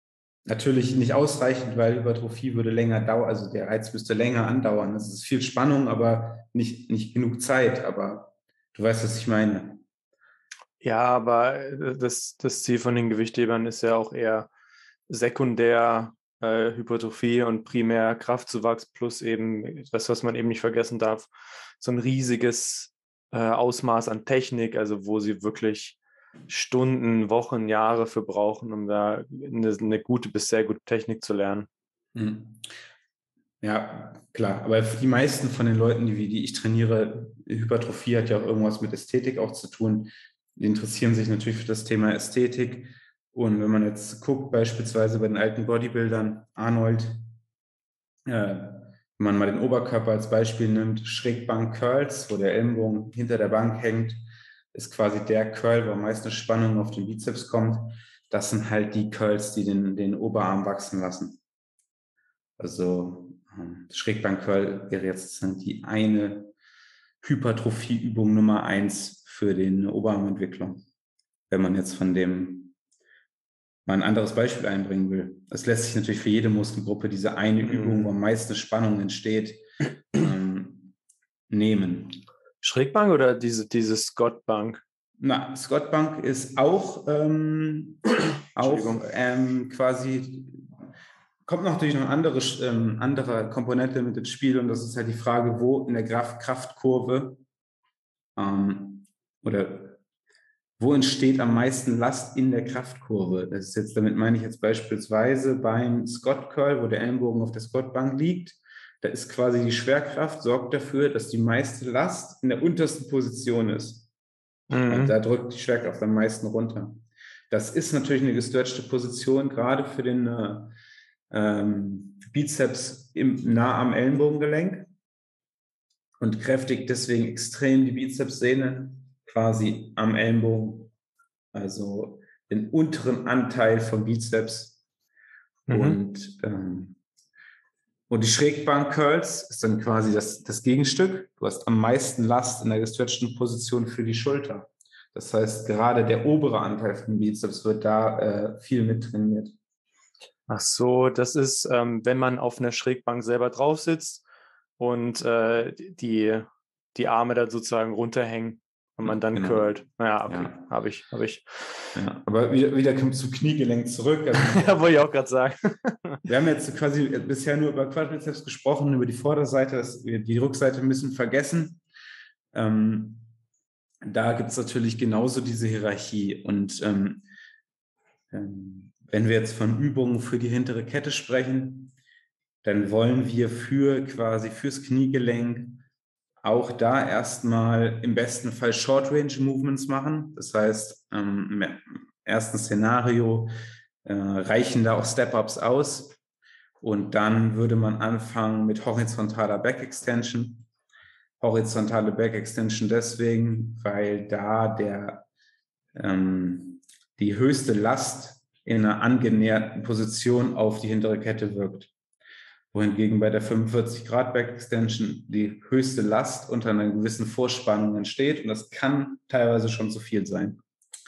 Natürlich nicht ausreichend, weil Hypertrophie würde länger dauern, also der Reiz müsste länger andauern. Es ist viel Spannung, aber nicht, nicht genug Zeit. Aber du weißt, was ich meine. Ja, aber äh, das, das Ziel von den Gewichthebern ist ja auch eher sekundär äh, Hypertrophie und primär Kraftzuwachs plus eben das, was man eben nicht vergessen darf, so ein riesiges äh, Ausmaß an Technik, also wo sie wirklich Stunden, Wochen, Jahre für brauchen, um da eine, eine gute bis sehr gute Technik zu lernen. Mhm. Ja, klar. Aber für die meisten von den Leuten, die, die ich trainiere, Hypertrophie hat ja auch irgendwas mit Ästhetik auch zu tun. Die interessieren sich natürlich für das Thema Ästhetik. Und wenn man jetzt guckt, beispielsweise bei den alten Bodybuildern, Arnold, äh, wenn man mal den Oberkörper als Beispiel nimmt, Schrägbank-Curls, wo der Ellenbogen hinter der Bank hängt, ist quasi der Curl, wo am meisten Spannung auf den Bizeps kommt. Das sind halt die Curls, die den, den Oberarm wachsen lassen. Also ähm, Schrägbank-Curl wäre jetzt sozusagen die eine Hypertrophie-Übung Nummer eins für den Oberarmentwicklung. Wenn man jetzt von dem mal ein anderes Beispiel einbringen will. Es lässt sich natürlich für jede Muskelgruppe diese eine Mhm. Übung, wo am meisten Spannung entsteht, ähm, nehmen. Schrägbank oder diese, diese Scott-Bank? Na, Scott-Bank ist auch, ähm, auch ähm, quasi, kommt noch natürlich noch eine andere, ähm, andere Komponente mit ins Spiel und das ist halt die Frage, wo in der Kraft Kraftkurve ähm, oder wo entsteht am meisten Last in der Kraftkurve? Das ist jetzt, damit meine ich jetzt beispielsweise beim Scott Curl, wo der Ellenbogen auf der Scott-Bank liegt. Da ist quasi die Schwerkraft, sorgt dafür, dass die meiste Last in der untersten Position ist. Mhm. Also da drückt die Schwerkraft am meisten runter. Das ist natürlich eine gestretchte Position, gerade für den äh, ähm, Bizeps im, nah am Ellenbogengelenk und kräftigt deswegen extrem die Bizepssehne quasi am Ellenbogen, also den unteren Anteil vom Bizeps. Mhm. Und, ähm, und die Schrägbank-Curls ist dann quasi das, das Gegenstück. Du hast am meisten Last in der gestretchten Position für die Schulter. Das heißt, gerade der obere Anteil vom Bizeps wird da äh, viel mit trainiert. Ach so, das ist, ähm, wenn man auf einer Schrägbank selber drauf sitzt und äh, die, die Arme dann sozusagen runterhängen und man dann Genau. curlt. Naja, okay, Ja. habe ich, habe ich. Ja, aber wieder, wieder kommt zu Kniegelenk zurück. Also, Ja, wollte ich auch gerade sagen. wir haben jetzt quasi bisher nur über Quadrizeps gesprochen, über die Vorderseite, das, die Rückseite ein bisschen vergessen. Ähm, da gibt es natürlich genauso diese Hierarchie. Und ähm, ähm, wenn wir jetzt von Übungen für die hintere Kette sprechen, dann wollen wir für quasi fürs Kniegelenk auch da erstmal im besten Fall Short-Range-Movements machen. Das heißt, ähm, im ersten Szenario äh, reichen da auch Step-Ups aus. Und dann würde man anfangen mit horizontaler Back-Extension. Horizontale Back-Extension deswegen, weil da der, ähm, die höchste Last in einer angenäherten Position auf die hintere Kette wirkt. Wohingegen bei der fünfundvierzig Grad Back Extension die höchste Last unter einer gewissen Vorspannung entsteht und das kann teilweise schon zu viel sein.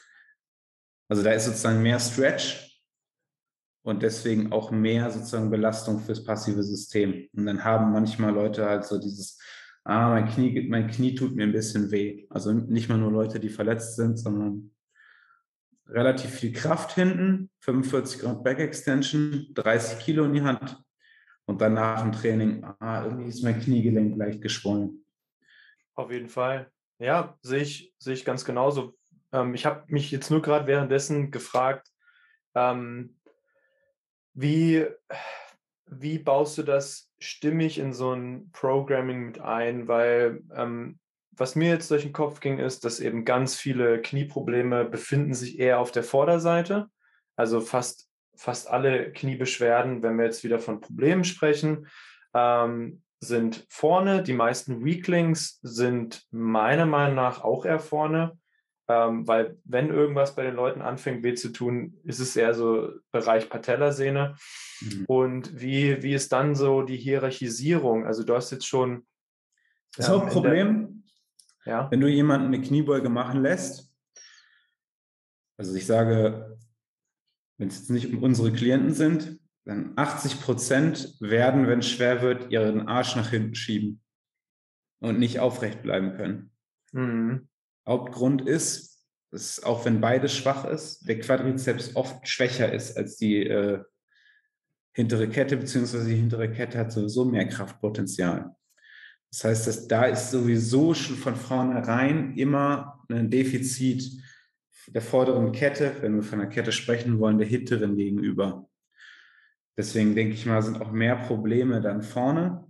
Also da ist sozusagen mehr Stretch und deswegen auch mehr sozusagen Belastung fürs passive System. Und dann haben manchmal Leute halt so dieses, ah, mein Knie, mein Knie tut mir ein bisschen weh. Also nicht mal nur Leute, die verletzt sind, sondern relativ viel Kraft hinten, fünfundvierzig Grad Back Extension, dreißig Kilo in die Hand. Und dann nach dem Training, ah, irgendwie ist mein Kniegelenk leicht geschwollen. Auf jeden Fall. Ja, sehe ich, sehe ich ganz genauso. Ähm, ich habe mich jetzt nur gerade währenddessen gefragt, ähm, wie, wie baust du das stimmig in so ein Programming mit ein? Weil ähm, was mir jetzt durch den Kopf ging, ist, dass eben ganz viele Knieprobleme befinden sich eher auf der Vorderseite. Also fast, fast alle Kniebeschwerden, wenn wir jetzt wieder von Problemen sprechen, ähm, sind vorne. Die meisten Weaklings sind meiner Meinung nach auch eher vorne. Ähm, weil wenn irgendwas bei den Leuten anfängt weh zu tun, ist es eher so Bereich Patellasehne. Mhm. Und wie, wie ist dann so die Hierarchisierung? Also du hast jetzt schon Das ähm, Hauptproblem, der, ja? wenn du jemanden eine Kniebeuge machen lässt, also ich sage, wenn es jetzt nicht um unsere Klienten sind, dann achtzig Prozent werden, wenn es schwer wird, ihren Arsch nach hinten schieben und nicht aufrecht bleiben können. Mhm. Hauptgrund ist, dass auch wenn beides schwach ist, der Quadrizeps oft schwächer ist als die äh, hintere Kette, beziehungsweise die hintere Kette hat sowieso mehr Kraftpotenzial. Das heißt, dass da ist sowieso schon von vornherein immer ein Defizit der vorderen Kette, wenn wir von der Kette sprechen wollen, der hinteren gegenüber. Deswegen denke ich mal, sind auch mehr Probleme dann vorne.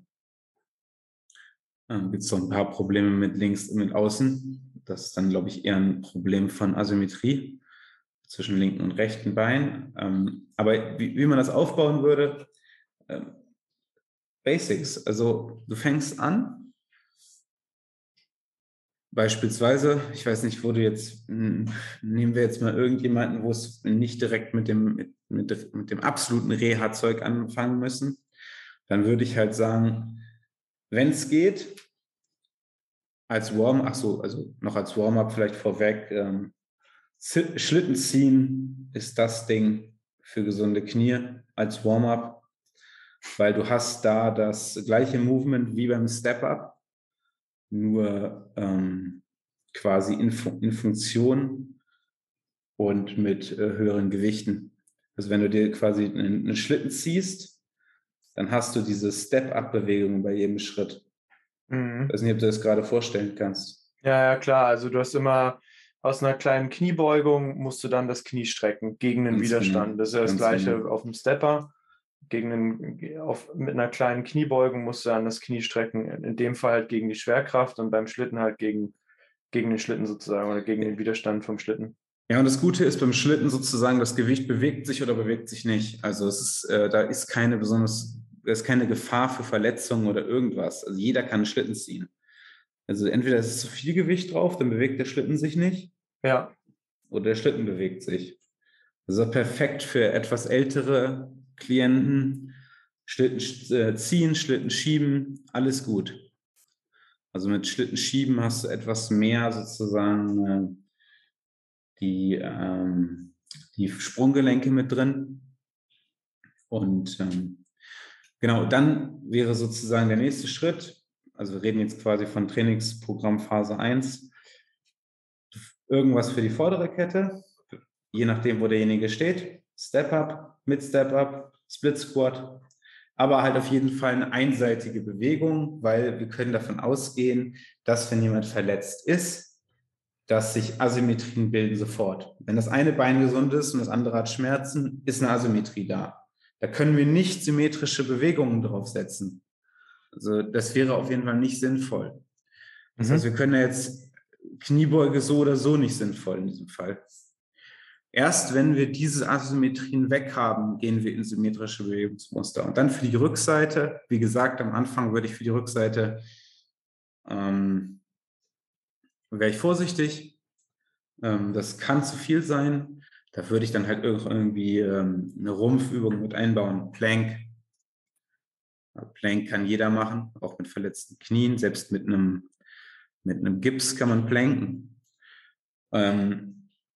Ähm, gibt es noch ein paar Probleme mit links und mit außen. Das ist dann, glaube ich, eher ein Problem von Asymmetrie zwischen linken und rechten Bein. Ähm, aber wie, wie man das aufbauen würde, ähm, Basics. Also du fängst an, beispielsweise, ich weiß nicht, wo du jetzt, nehmen wir jetzt mal irgendjemanden, wo es nicht direkt mit dem, mit, mit, mit dem absoluten Reha-Zeug anfangen müssen, dann würde ich halt sagen, wenn es geht, als Warm, ach so, also noch als Warm-up vielleicht vorweg, ähm, Schlitten ziehen ist das Ding für gesunde Knie als Warm-up, weil du hast da das gleiche Movement wie beim Step-up, nur ähm, quasi in, in Funktion und mit äh, höheren Gewichten. Also wenn du dir quasi einen, einen Schlitten ziehst, dann hast du diese Step-up-Bewegung bei jedem Schritt. Mhm. Ich weiß nicht, ob du das gerade vorstellen kannst. Ja, ja, klar. Also du hast immer aus einer kleinen Kniebeugung musst du dann das Knie strecken gegen den Ganz Widerstand. genau, Das ist ja das ganz Gleiche genau. auf dem Stepper. Gegen einen, auf, mit einer kleinen Kniebeugung musst du dann das Knie strecken. In dem Fall halt gegen die Schwerkraft und beim Schlitten halt gegen, gegen den Schlitten sozusagen oder gegen den Widerstand vom Schlitten. Ja, und das Gute ist beim Schlitten sozusagen, das Gewicht bewegt sich oder bewegt sich nicht. Also es ist, äh, da ist keine besonders, da ist keine Gefahr für Verletzungen oder irgendwas. Also jeder kann einen Schlitten ziehen. Also entweder ist es zu viel Gewicht drauf, dann bewegt der Schlitten sich nicht, Ja. oder der Schlitten bewegt sich. Das ist perfekt für etwas ältere Klienten. Schlitten äh, ziehen, Schlitten schieben, alles gut. Also mit Schlitten schieben hast du etwas mehr sozusagen äh, die, ähm, die Sprunggelenke mit drin. Und ähm, genau, dann wäre sozusagen der nächste Schritt, also wir reden jetzt quasi von Trainingsprogramm Phase eins, irgendwas für die vordere Kette, je nachdem, wo derjenige steht, Step-Up, mit Step-Up, Split-Squat, aber halt auf jeden Fall eine einseitige Bewegung, weil wir können davon ausgehen, dass wenn jemand verletzt ist, dass sich Asymmetrien bilden sofort. Wenn das eine Bein gesund ist und das andere hat Schmerzen, ist eine Asymmetrie da. Da können wir nicht symmetrische Bewegungen draufsetzen. Also das wäre auf jeden Fall nicht sinnvoll. Das Mhm. heißt, wir können ja jetzt Kniebeuge so oder so nicht sinnvoll in diesem Fall. Erst wenn wir diese Asymmetrien weghaben, gehen wir in symmetrische Bewegungsmuster. Und dann für die Rückseite, wie gesagt, am Anfang würde ich für die Rückseite, ähm, wäre ich vorsichtig. Ähm, das kann zu viel sein. Da würde ich dann halt irgendwie ähm, eine Rumpfübung mit einbauen. Plank. Plank kann jeder machen, auch mit verletzten Knien. Selbst mit einem, mit einem Gips kann man planken. Ähm,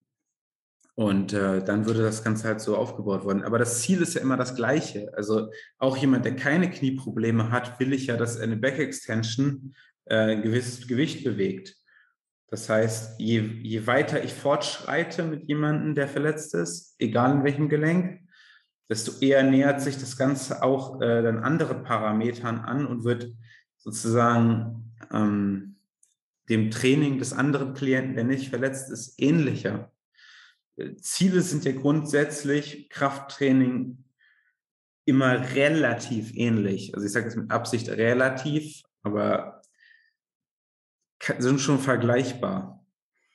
Und äh, dann würde das Ganze halt so aufgebaut worden. Aber das Ziel ist ja immer das gleiche. Also auch jemand, der keine Knieprobleme hat, will ich ja, dass eine Back-Extension äh, ein gewisses Gewicht bewegt. Das heißt, je, je weiter ich fortschreite mit jemandem, der verletzt ist, egal in welchem Gelenk, desto eher nähert sich das Ganze auch äh, dann andere Parametern an und wird sozusagen ähm, dem Training des anderen Klienten, der nicht verletzt ist, ähnlicher. Ziele sind ja grundsätzlich Krafttraining immer relativ ähnlich. Also ich sage jetzt mit Absicht relativ, aber sind schon vergleichbar.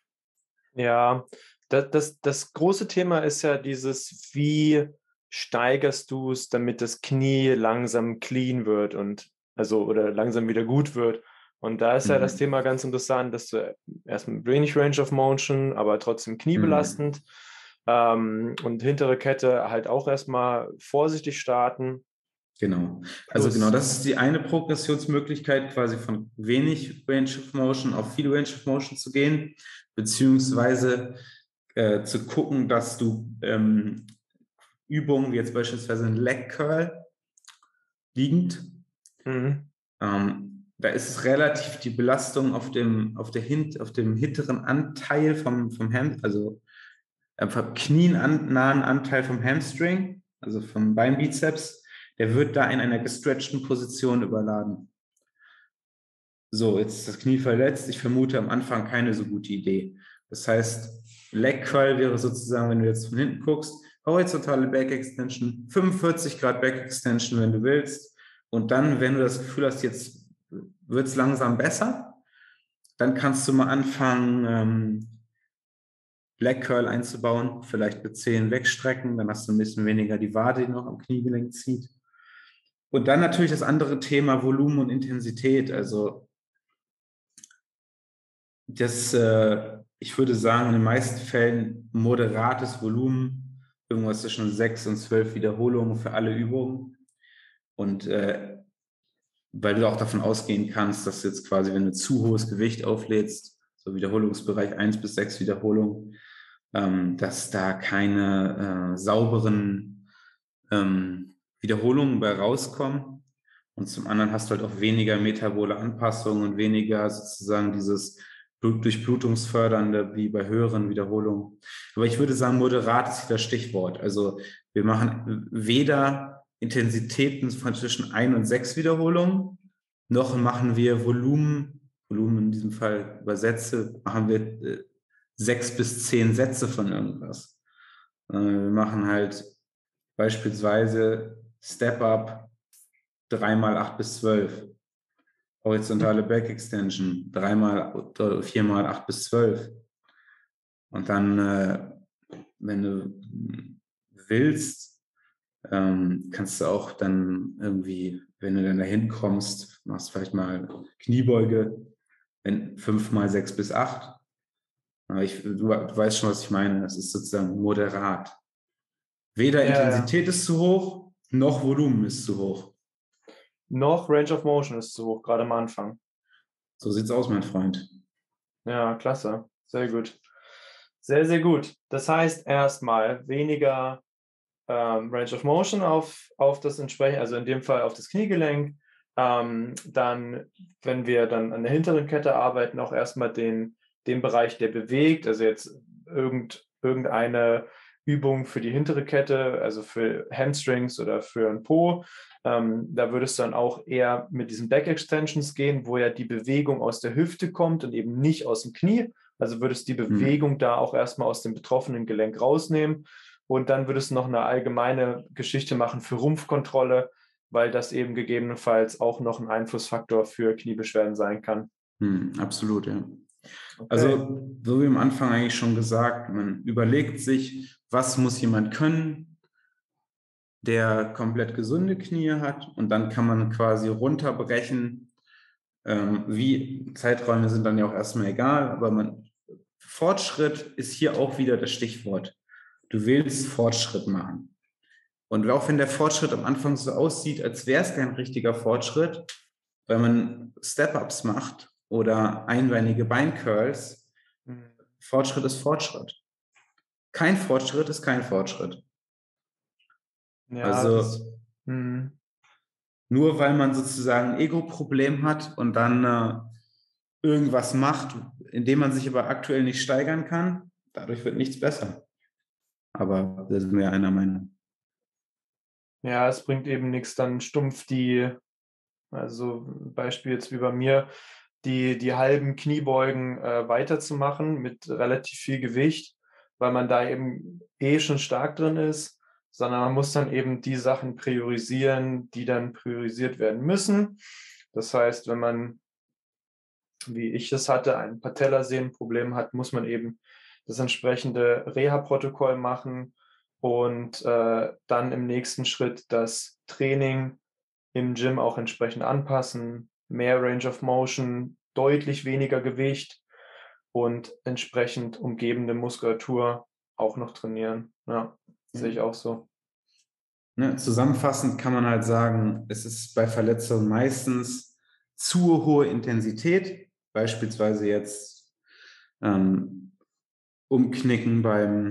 Ja, das, das, das große Thema ist ja dieses, wie steigerst du es, damit das Knie langsam clean wird und also oder langsam wieder gut wird. Und da ist ja das Mhm. Thema ganz interessant, dass du erstmal wenig Range of Motion, aber trotzdem kniebelastend Mhm. ähm, und hintere Kette halt auch erstmal vorsichtig starten. Genau. Also genau, Plus, das ist die eine Progressionsmöglichkeit, quasi von wenig Range of Motion auf viel Range of Motion zu gehen, beziehungsweise äh, zu gucken, dass du ähm, Übungen, wie jetzt beispielsweise ein Leg Curl, liegend. Mhm. Ähm, da ist es relativ die Belastung auf dem, auf der Hint, auf dem hinteren Anteil vom, vom Ham, also vom kniennahen Anteil vom Hamstring, also vom Beinbizeps, der wird da in einer gestretchten Position überladen. So, jetzt ist das Knie verletzt. Ich vermute am Anfang keine so gute Idee. Das heißt, Leg Curl wäre sozusagen, wenn du jetzt von hinten guckst, horizontale Back Extension, fünfundvierzig Grad Back Extension, wenn du willst. Und dann, wenn du das Gefühl hast, jetzt wird es langsam besser, dann kannst du mal anfangen, ähm, Leg Curl einzubauen, vielleicht mit Zehen wegstrecken, dann hast du ein bisschen weniger die Wade, die noch am Kniegelenk zieht. Und dann natürlich das andere Thema Volumen und Intensität. Also das, äh, ich würde sagen, in den meisten Fällen moderates Volumen, irgendwas zwischen sechs und zwölf Wiederholungen für alle Übungen. Und äh, weil du auch davon ausgehen kannst, dass jetzt quasi, wenn du zu hohes Gewicht auflädst, so Wiederholungsbereich eins bis sechs Wiederholungen, ähm, dass da keine äh, sauberen ähm, Wiederholungen bei rauskommen. Und zum anderen hast du halt auch weniger metabole Anpassungen und weniger sozusagen dieses Durchblutungsfördernde wie bei höheren Wiederholungen. Aber ich würde sagen, moderat ist das Stichwort. Also wir machen weder Intensitäten von zwischen ein und sechs Wiederholungen, noch machen wir Volumen, Volumen in diesem Fall über Sätze, machen wir äh, sechs bis zehn Sätze von irgendwas. Äh, wir machen halt beispielsweise Step-Up dreimal acht bis zwölf. Horizontale Back Extension, dreimal oder viermal acht bis zwölf. Und dann, äh, wenn du willst, ähm, kannst du auch dann irgendwie, wenn du dann dahin kommst, machst vielleicht mal Kniebeuge, wenn fünfmal sechs bis acht. Aber ich, du, du weißt schon, was ich meine. Das ist sozusagen moderat. Weder Ja, Intensität ja. ist zu hoch, noch Volumen ist zu hoch. Noch Range of Motion ist zu hoch, gerade am Anfang. So sieht's aus, mein Freund. Ja, klasse. Sehr gut. Sehr, sehr gut. Das heißt erstmal weniger ähm, Range of Motion auf, auf das entsprechende, also in dem Fall auf das Kniegelenk. Ähm, dann, wenn wir dann an der hinteren Kette arbeiten, auch erstmal den, den Bereich, der bewegt, also jetzt irgend, irgendeine Übung für die hintere Kette, also für Hamstrings oder für ein Po. Ähm, da würde es dann auch eher mit diesen Back Extensions gehen, wo ja die Bewegung aus der Hüfte kommt und eben nicht aus dem Knie. Also würde es die Bewegung hm. da auch erstmal aus dem betroffenen Gelenk rausnehmen. Und dann würde es noch eine allgemeine Geschichte machen für Rumpfkontrolle, weil das eben gegebenenfalls auch noch ein Einflussfaktor für Kniebeschwerden sein kann. Hm, absolut, ja. Okay. Also, so wie am Anfang eigentlich schon gesagt, man überlegt sich, was muss jemand können, der komplett gesunde Knie hat, und dann kann man quasi runterbrechen. Ähm, wie Zeiträume sind dann ja auch erstmal egal, aber man, Fortschritt ist hier auch wieder das Stichwort. Du willst Fortschritt machen. Und auch wenn der Fortschritt am Anfang so aussieht, als wäre es kein richtiger Fortschritt, weil man Step-Ups macht oder einbeinige Beincurls, Fortschritt ist Fortschritt. Kein Fortschritt ist kein Fortschritt. Ja, also das, nur weil man sozusagen ein Ego-Problem hat und dann äh, irgendwas macht, indem man sich aber aktuell nicht steigern kann, dadurch wird nichts besser. Aber da sind wir ja einer Meinung. Ja, es bringt eben nichts, dann stumpf die, also Beispiel jetzt wie bei mir, die, die halben Kniebeugen äh, weiterzumachen mit relativ viel Gewicht, weil man da eben eh schon stark drin ist, sondern man muss dann eben die Sachen priorisieren, die dann priorisiert werden müssen. Das heißt, wenn man, wie ich es hatte, ein Patellasehnenproblem hat, muss man eben das entsprechende Reha-Protokoll machen und äh, dann im nächsten Schritt das Training im Gym auch entsprechend anpassen, mehr Range of Motion, deutlich weniger Gewicht und entsprechend umgebende Muskulatur auch noch trainieren. Ja, das sehe ich auch so. Ne, zusammenfassend kann man halt sagen, es ist bei Verletzungen meistens zu hohe Intensität, beispielsweise jetzt ähm, Umknicken beim,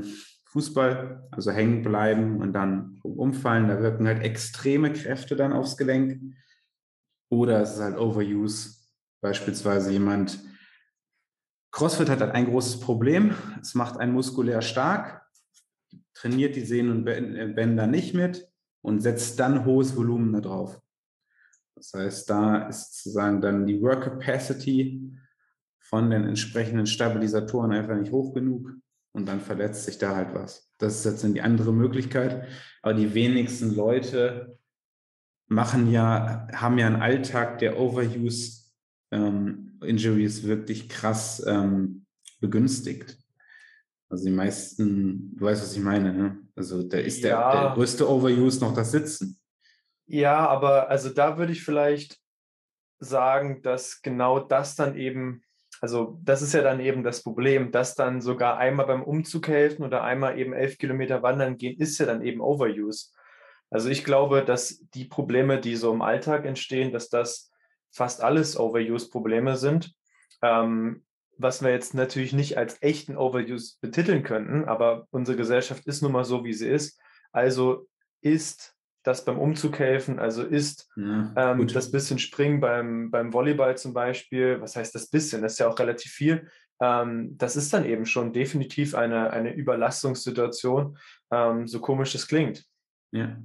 Fußball, also hängen bleiben und dann umfallen. Da wirken halt extreme Kräfte dann aufs Gelenk. Oder es ist halt Overuse. Beispielsweise jemand, CrossFit hat halt ein großes Problem. Es macht einen muskulär stark, trainiert die Sehnen und Bänder nicht mit und setzt dann hohes Volumen da drauf. Das heißt, da ist sozusagen dann die Work Capacity von den entsprechenden Stabilisatoren einfach nicht hoch genug und dann verletzt sich da halt was. Das ist jetzt die andere Möglichkeit. Aber die wenigsten Leute machen ja, haben ja einen Alltag, der Overuse ähm, Injuries wirklich krass ähm, begünstigt. Also die meisten, du weißt, was ich meine, ne? Also da ist der, der Ja, größte Overuse noch das Sitzen. ja, aber also da würde ich vielleicht sagen, dass genau das dann eben, also das ist ja dann eben das Problem, dass dann sogar einmal beim Umzug helfen oder einmal eben elf Kilometer wandern gehen, ist ja dann eben Overuse. Also ich glaube, dass die Probleme, die so im Alltag entstehen, dass das fast alles Overuse-Probleme sind. Ähm, was wir jetzt natürlich nicht als echten Overuse betiteln könnten, aber unsere Gesellschaft ist nun mal so, wie sie ist. Also ist das beim Umzug helfen, also ist Ja, ähm, gut. das bisschen Springen beim, beim Volleyball zum Beispiel, was heißt das bisschen? Das ist ja auch relativ viel. Ähm, das ist dann eben schon definitiv eine, eine Überlastungssituation, ähm, so komisch es klingt. Ja.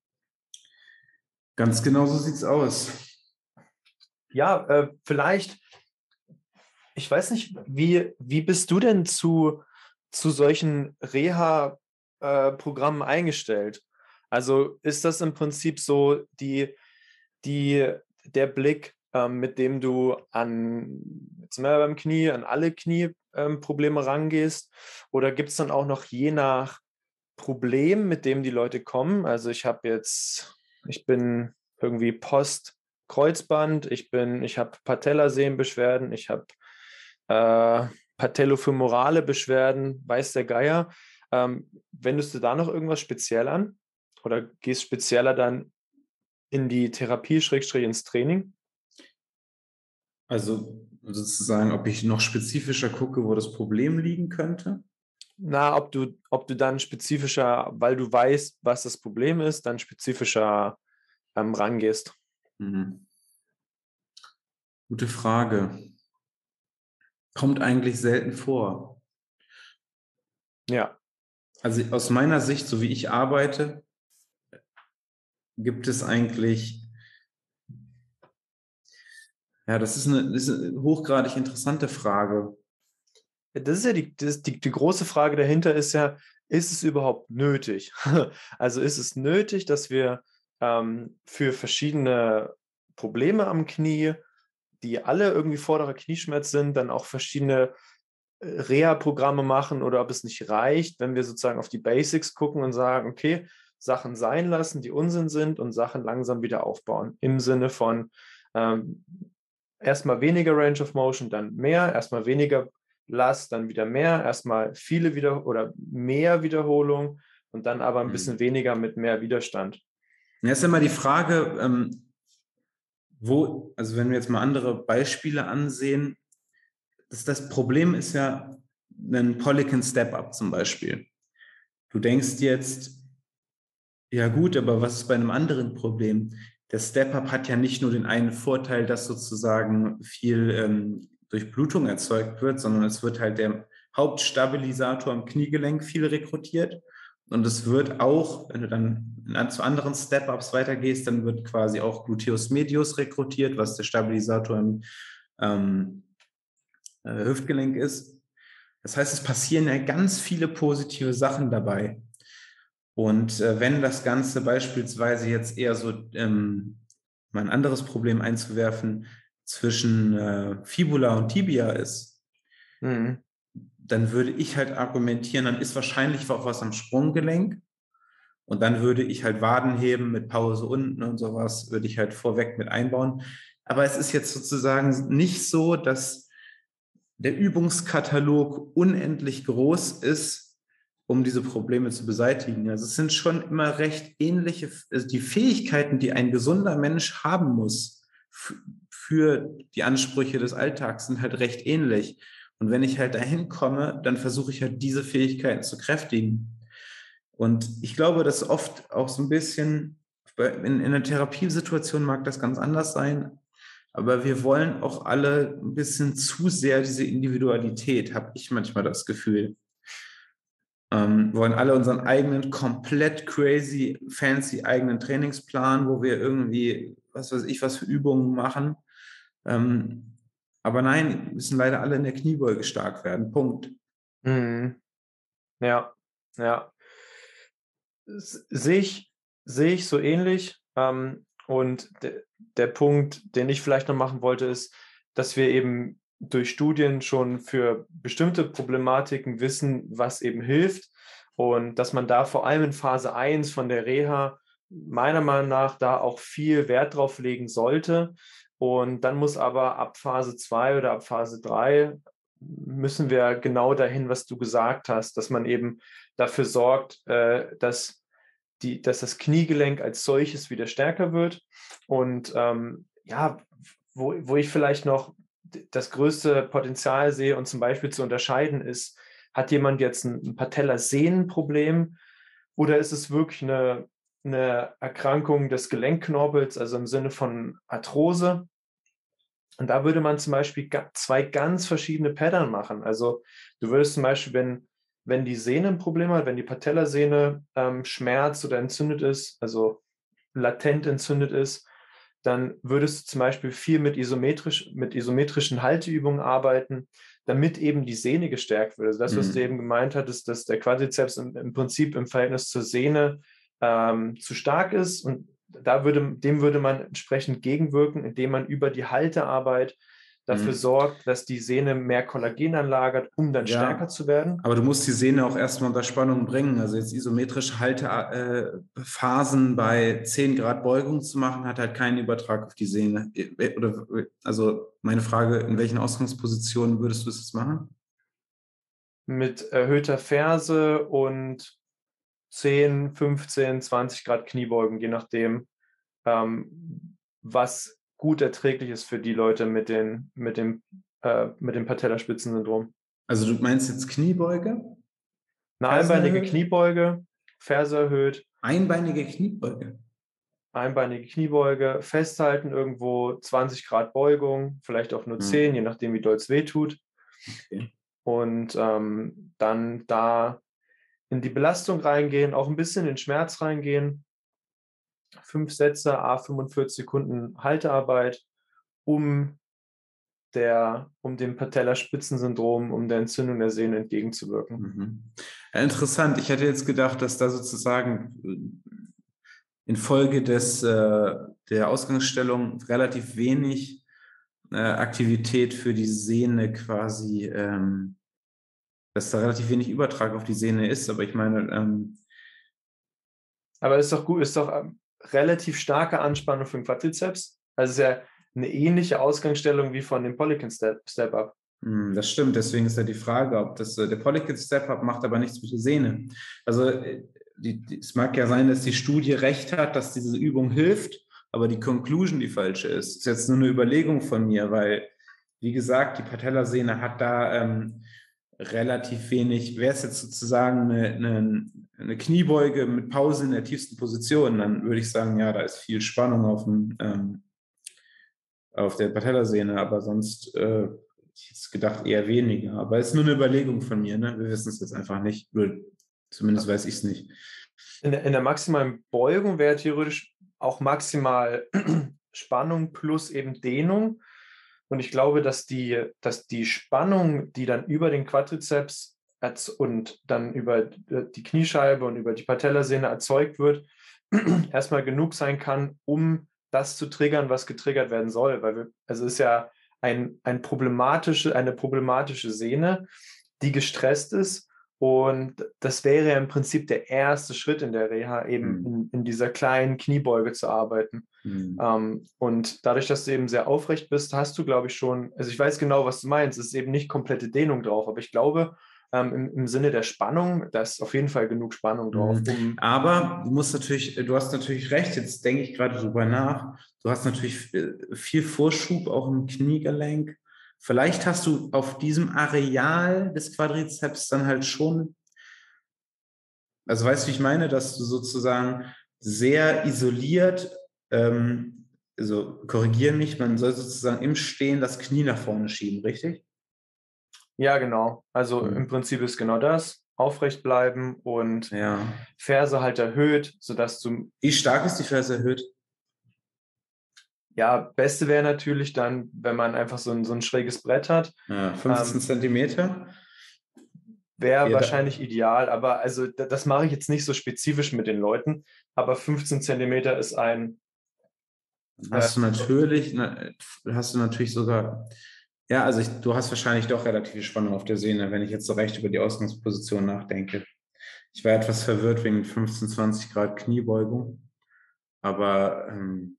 Ganz genau so sieht es aus. Ja, äh, vielleicht, ich weiß nicht, wie, wie bist du denn zu, zu solchen Reha-Programmen eingestellt? Also ist das im Prinzip so die, die, der Blick, ähm, mit dem du an, jetzt sind wir beim Knie, an alle Knieprobleme ähm, rangehst? Oder gibt es dann auch noch je nach Problem, mit dem die Leute kommen? Also ich habe jetzt, ich bin irgendwie Post-Kreuzband, ich bin, ich habe Patellasehnenbeschwerden, ich habe äh, patellofemorale Beschwerden, weiß der Geier. Ähm, wendest du da noch irgendwas speziell an? Oder gehst spezieller dann in die Therapie, Schrägstrich ins Training? Also sozusagen, ob ich noch spezifischer gucke, wo das Problem liegen könnte. Na, ob du, ob du dann spezifischer, weil du weißt, was das Problem ist, dann spezifischer ähm, rangehst. Mhm. Gute Frage. Kommt eigentlich selten vor. Ja. Also aus meiner Sicht, so wie ich arbeite, gibt es eigentlich, ja, das ist eine, das ist eine hochgradig interessante Frage. Das ist ja die, das, die, die große Frage dahinter ist ja, ist es überhaupt nötig? Also ist es nötig, dass wir ähm, für verschiedene Probleme am Knie, die alle irgendwie vorderer Knieschmerz sind, dann auch verschiedene äh, Reha-Programme machen oder ob es nicht reicht, wenn wir sozusagen auf die Basics gucken und sagen, okay, Sachen sein lassen, die Unsinn sind und Sachen langsam wieder aufbauen. Im Sinne von ähm, erstmal weniger Range of Motion, dann mehr, erstmal weniger Last, dann wieder mehr, erstmal viele wieder oder mehr Wiederholung und dann aber ein bisschen Hm. weniger mit mehr Widerstand. Jetzt ist immer die Frage, ähm, wo, also wenn wir jetzt mal andere Beispiele ansehen, das, das Problem ist ja ein Polykin Step-Up zum Beispiel. Du denkst jetzt, ja gut, aber was ist bei einem anderen Problem? Der Step-Up hat ja nicht nur den einen Vorteil, dass sozusagen viel ähm, Durchblutung erzeugt wird, sondern es wird halt der Hauptstabilisator am Kniegelenk viel rekrutiert. Und es wird auch, wenn du dann zu anderen Step-Ups weitergehst, dann wird quasi auch Gluteus medius rekrutiert, was der Stabilisator im ähm, äh, Hüftgelenk ist. Das heißt, es passieren ja ganz viele positive Sachen dabei. Und äh, wenn das Ganze beispielsweise jetzt eher so, ähm, mal ein anderes Problem einzuwerfen, zwischen äh, Fibula und Tibia ist, Mhm. dann würde ich halt argumentieren, dann ist wahrscheinlich auch was am Sprunggelenk. Und dann würde ich halt Waden heben mit Pause unten und sowas, würde ich halt vorweg mit einbauen. Aber es ist jetzt sozusagen nicht so, dass der Übungskatalog unendlich groß ist, um diese Probleme zu beseitigen. Also es sind schon immer recht ähnliche, also die Fähigkeiten, die ein gesunder Mensch haben muss für die Ansprüche des Alltags, sind halt recht ähnlich. Und wenn ich halt dahin komme, dann versuche ich halt diese Fähigkeiten zu kräftigen. Und ich glaube, dass oft auch so ein bisschen, in, in einer Therapiesituation mag das ganz anders sein, aber wir wollen auch alle ein bisschen zu sehr diese Individualität, habe ich manchmal das Gefühl. Ähm, wollen alle unseren eigenen, komplett crazy, fancy eigenen Trainingsplan, wo wir irgendwie, was weiß ich, was für Übungen machen. Ähm, aber nein, müssen leider alle in der Kniebeuge stark werden. Punkt. Mhm. Ja, ja. S- Sehe ich, sehe ich so ähnlich. Ähm, und de, der Punkt, den ich vielleicht noch machen wollte, ist, dass wir eben durch Studien schon für bestimmte Problematiken wissen, was eben hilft. Und dass man da vor allem in Phase eins von der Reha meiner Meinung nach da auch viel Wert drauf legen sollte. Und dann muss aber ab Phase zwei oder ab Phase drei müssen wir genau dahin, was du gesagt hast, dass man eben dafür sorgt, äh, dass, die, dass das Kniegelenk als solches wieder stärker wird. Und ähm, ja, wo, wo ich vielleicht noch das größte Potenzial sehe und zum Beispiel zu unterscheiden ist, hat jemand jetzt ein, ein Patellasehnenproblem oder ist es wirklich eine, eine Erkrankung des Gelenkknorpels, also im Sinne von Arthrose? Und da würde man zum Beispiel zwei ganz verschiedene Pattern machen. Also du würdest zum Beispiel, wenn, wenn die Sehne ein Problem hat, wenn die Patellasehne ähm, schmerzt oder entzündet ist, also latent entzündet ist, dann würdest du zum Beispiel viel mit, isometrisch, mit isometrischen Halteübungen arbeiten, damit eben die Sehne gestärkt wird. Also das, was du eben Mhm. gemeint hattest, dass der Quadrizeps im, im Prinzip im Verhältnis zur Sehne ähm, zu stark ist und da würde, dem würde man entsprechend gegenwirken, indem man über die Haltearbeit dafür Mhm. sorgt, dass die Sehne mehr Kollagen anlagert, um dann stärker Ja, zu werden. aber du musst die Sehne auch erstmal unter Spannung bringen. Also jetzt isometrische Haltephasen bei zehn Grad Beugung zu machen, hat halt keinen Übertrag auf die Sehne. Oder, also meine Frage, in welchen Ausgangspositionen würdest du es machen? Mit erhöhter Ferse und zehn, fünfzehn, zwanzig Grad Kniebeugen, je nachdem, ähm, was gut erträglich ist für die Leute mit, den, mit dem, äh, mit dem Patellaspitzensyndrom. Also du meinst jetzt Kniebeuge, Eine Fersen einbeinige erhöht? Kniebeuge, Ferse erhöht, Einbeinige Kniebeuge. einbeinige Kniebeuge, festhalten irgendwo, zwanzig Grad Beugung, vielleicht auch nur zehn, je Hm, nachdem, wie doll es weh tut. okay. Und ähm, dann da in die Belastung reingehen, auch ein bisschen in den Schmerz reingehen. Fünf Sätze, à fünfundvierzig Sekunden Haltearbeit, um, der, um dem Patellaspitzensyndrom, um der Entzündung der Sehne entgegenzuwirken. Mhm. Ja, interessant. Ich hätte jetzt gedacht, dass da sozusagen infolge des, äh, der Ausgangsstellung relativ wenig äh, Aktivität für die Sehne quasi, ähm, dass da relativ wenig Übertrag auf die Sehne ist. Aber ich meine, ähm, Aber ist doch gut, ist doch ähm, relativ starke Anspannung für den Quadrizeps. Also ist ja eine ähnliche Ausgangsstellung wie von dem Polykin Step, Step Up. mh, das stimmt. Deswegen ist ja die Frage, ob das äh, der Polykin Step-Up macht aber nichts mit der Sehne. Also äh, die, die, es mag ja sein, dass die Studie recht hat, dass diese Übung hilft, aber die Conclusion die falsche ist. Das ist jetzt nur eine Überlegung von mir, weil, wie gesagt, die Patellasehne hat da ähm, relativ wenig. Wäre es jetzt sozusagen eine, eine, eine Kniebeuge mit Pause in der tiefsten Position, dann würde ich sagen, ja, da ist viel Spannung auf, dem, ähm, auf der Patellasehne, aber sonst äh, ich hätte gedacht eher weniger. Aber es ist nur eine Überlegung von mir, ne? Wir wissen es jetzt einfach nicht. Oder zumindest weiß ich es nicht. In der, in der maximalen Beugung wäre theoretisch auch maximal Spannung plus eben Dehnung. Und ich glaube, dass die, dass die Spannung, die dann über den Quadrizeps und dann über die Kniescheibe und über die Patellasehne erzeugt wird, erstmal genug sein kann, um das zu triggern, was getriggert werden soll. Weil wir, also es ist ja ein, ein problematische, eine problematische Sehne, die gestresst ist. Und das wäre ja im Prinzip der erste Schritt in der Reha, eben Hm. in, in dieser kleinen Kniebeuge zu arbeiten. Hm. Ähm, und dadurch, dass du eben sehr aufrecht bist, hast du, glaube ich, schon, also ich weiß genau, was du meinst, es ist eben nicht komplette Dehnung drauf, aber ich glaube, ähm, im, im Sinne der Spannung, da ist auf jeden Fall genug Spannung drauf, Hm. um. Aber du musst natürlich, du hast natürlich recht, jetzt denke ich gerade drüber nach. Du hast natürlich viel Vorschub auch im Kniegelenk. Vielleicht hast du auf diesem Areal des Quadrizeps dann halt schon, also weißt du, wie ich meine, dass du sozusagen sehr isoliert, ähm, also korrigiere mich, man soll sozusagen im Stehen das Knie nach vorne schieben, richtig? Ja, genau. Also im Hm. Prinzip ist genau das. Aufrecht bleiben und Ja. Ferse halt erhöht, sodass du, Wie stark ist die Ferse erhöht? ja, Beste wäre natürlich dann, wenn man einfach so ein, so ein schräges Brett hat. Ja, fünfzehn Ähm, Zentimeter. Wäre Ja, da, wahrscheinlich ideal, aber also da- das mache ich jetzt nicht so spezifisch mit den Leuten. Aber fünfzehn Zentimeter ist ein, dann äh, hast du natürlich, na, hast du natürlich sogar, ja, also ich, du hast wahrscheinlich doch relative Spannung auf der Sehne, wenn ich jetzt so recht über die Ausgangsposition nachdenke. Ich war etwas verwirrt wegen fünfzehn, zwanzig Grad Kniebeugung, aber ähm,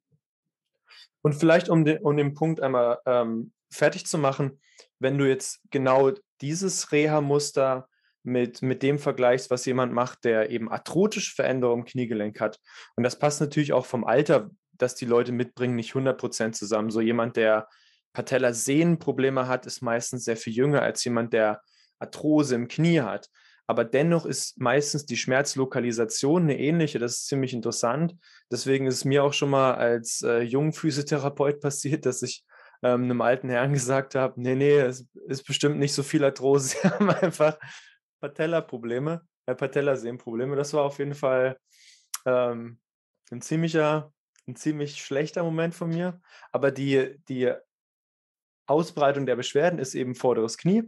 und vielleicht um den, um den Punkt einmal ähm, fertig zu machen, wenn du jetzt genau dieses Reha-Muster mit, mit dem vergleichst, was jemand macht, der eben arthrotische Veränderungen im Kniegelenk hat. Und das passt natürlich auch vom Alter, das die Leute mitbringen, nicht hundert Prozent zusammen. So jemand, der Patellasehnenprobleme hat, ist meistens sehr viel jünger als jemand, der Arthrose im Knie hat. Aber dennoch ist meistens die Schmerzlokalisation eine ähnliche. Das ist ziemlich interessant. Deswegen ist es mir auch schon mal als äh, jungen Physiotherapeut passiert, dass ich ähm, einem alten Herrn gesagt habe, nee, nee, es ist bestimmt nicht so viel Arthrose, sie haben einfach Patella-Probleme, äh, Patellasehnenprobleme. Das war auf jeden Fall ähm, ein ziemlicher, ein ziemlich schlechter Moment von mir. Aber die, die Ausbreitung der Beschwerden ist eben vorderes Knie.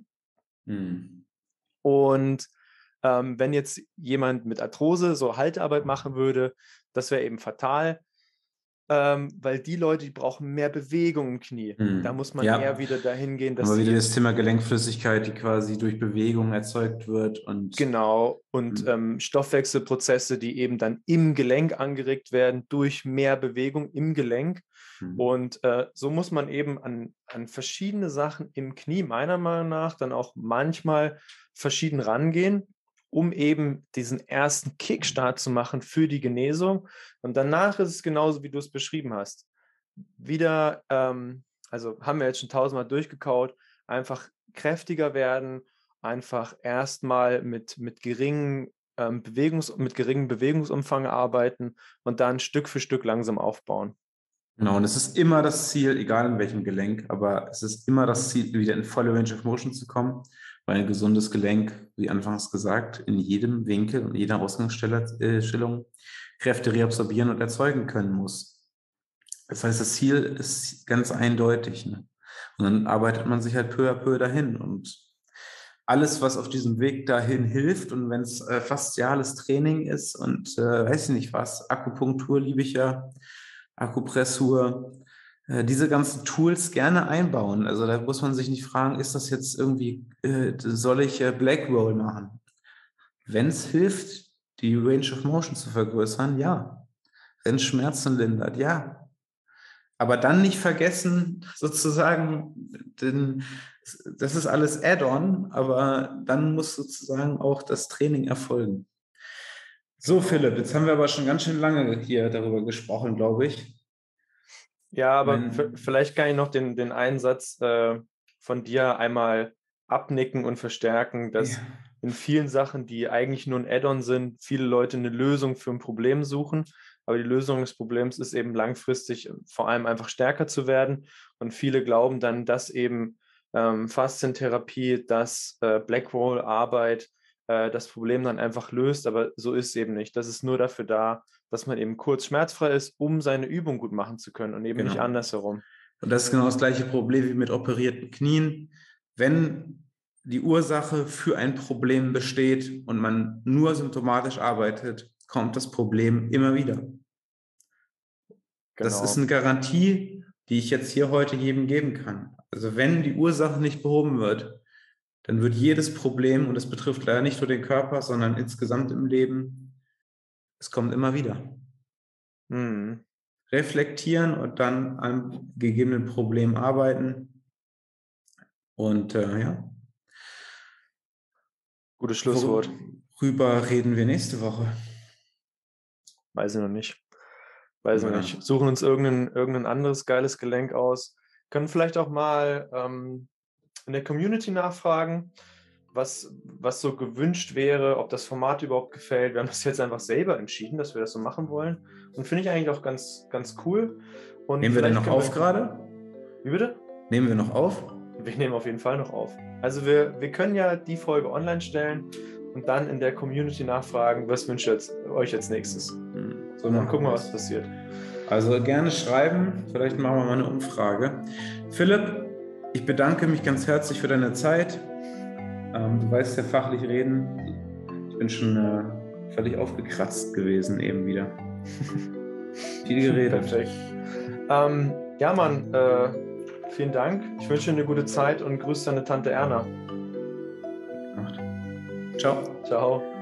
hm. Und ähm, wenn jetzt jemand mit Arthrose so Haltearbeit machen würde, das wäre eben fatal, ähm, weil die Leute, die brauchen mehr Bewegung im Knie. Da Hm. muss man eher Ja, wieder dahin gehen, haben dass wir wieder sie das Thema Gelenkflüssigkeit, die quasi durch Bewegung erzeugt wird und genau und hm. ähm, Stoffwechselprozesse, die eben dann im Gelenk angeregt werden durch mehr Bewegung im Gelenk. Hm. Und äh, so muss man eben an, an verschiedene Sachen im Knie meiner Meinung nach dann auch manchmal verschieden rangehen, um eben diesen ersten Kickstart zu machen für die Genesung. Und danach ist es genauso, wie du es beschrieben hast. Wieder, ähm, also haben wir jetzt schon tausendmal durchgekaut, einfach kräftiger werden, einfach erstmal mit, mit geringen ähm, Bewegungs, mit geringem Bewegungsumfang arbeiten und dann Stück für Stück langsam aufbauen. Genau, und es ist immer das Ziel, egal in welchem Gelenk, aber es ist immer das Ziel, wieder in volle Range of Motion zu kommen, weil ein gesundes Gelenk, wie anfangs gesagt, in jedem Winkel und jeder Ausgangsstellung Kräfte reabsorbieren und erzeugen können muss. Das heißt, das Ziel ist ganz eindeutig. Ne? Und dann arbeitet man sich halt peu à peu dahin. Und alles, was auf diesem Weg dahin hilft, und wenn es äh, fasziales Training ist und äh, weiß ich nicht was, Akupunktur liebe ich ja, Akupressur, äh, diese ganzen Tools gerne einbauen. Also da muss man sich nicht fragen, ist das jetzt irgendwie, äh, soll ich äh, Black Roll machen? Wenn es hilft, die Range of Motion zu vergrößern, ja. Wenn es Schmerzen lindert, ja. Aber dann nicht vergessen, sozusagen, denn das ist alles Add-on, aber dann muss sozusagen auch das Training erfolgen. So, Genau. Philipp, jetzt haben wir aber schon ganz schön lange hier darüber gesprochen, glaube ich. Ja, aber v- Mein, vielleicht kann ich noch den, den einen Satz äh, von dir einmal abnicken und verstärken, ja, dass in vielen Sachen, die eigentlich nur ein Add-on sind, viele Leute eine Lösung für ein Problem suchen. Aber die Lösung des Problems ist eben langfristig vor allem einfach stärker zu werden. Und viele glauben dann, dass eben ähm, Faszientherapie, dass äh, Blackroll-Arbeit äh, das Problem dann einfach löst. Aber so ist es eben nicht. Das ist nur dafür da, dass man eben kurz schmerzfrei ist, um seine Übung gut machen zu können und eben nicht genau. andersherum. Und das ist genau das gleiche Problem wie mit operierten Knien. Wenn die Ursache für ein Problem besteht und man nur symptomatisch arbeitet, kommt das Problem immer wieder. Das ist Genau. eine Garantie, die ich jetzt hier heute jedem geben kann. Also wenn die Ursache nicht behoben wird, dann wird jedes Problem, und das betrifft leider nicht nur den Körper, sondern insgesamt im Leben, es kommt immer wieder. Mhm. Reflektieren und dann am gegebenen Problem arbeiten. Und äh, ja, Gutes Schlusswort. worüber reden wir nächste Woche? Weiß ich noch nicht. Weiß ich Aber nicht. dann, Suchen uns irgendein, irgendein anderes geiles Gelenk aus. Können vielleicht auch mal ähm, in der Community nachfragen, was, was so gewünscht wäre, ob das Format überhaupt gefällt. Wir haben das jetzt einfach selber entschieden, dass wir das so machen wollen. Und finde ich eigentlich auch ganz, ganz cool. Und Nehmen wir denn noch können auf gerade? Wie bitte? Nehmen wir noch auf? Wir nehmen auf jeden Fall noch auf. Also wir, wir können ja die Folge online stellen und dann in der Community nachfragen, was wünscht ihr jetzt, euch als nächstes. Hm, so Und dann machen gucken wir, wir was es. passiert. Also gerne schreiben, vielleicht machen wir mal eine Umfrage. Philipp, ich bedanke mich ganz herzlich für deine Zeit. Ähm, du weißt ja fachlich reden. Ich bin schon äh, völlig aufgekratzt gewesen eben wieder. Viel geredet. Perfekt. Ähm, ja, Mann, äh, vielen Dank. Ich wünsche dir eine gute Zeit und grüße deine Tante Erna. Ciao. Ciao.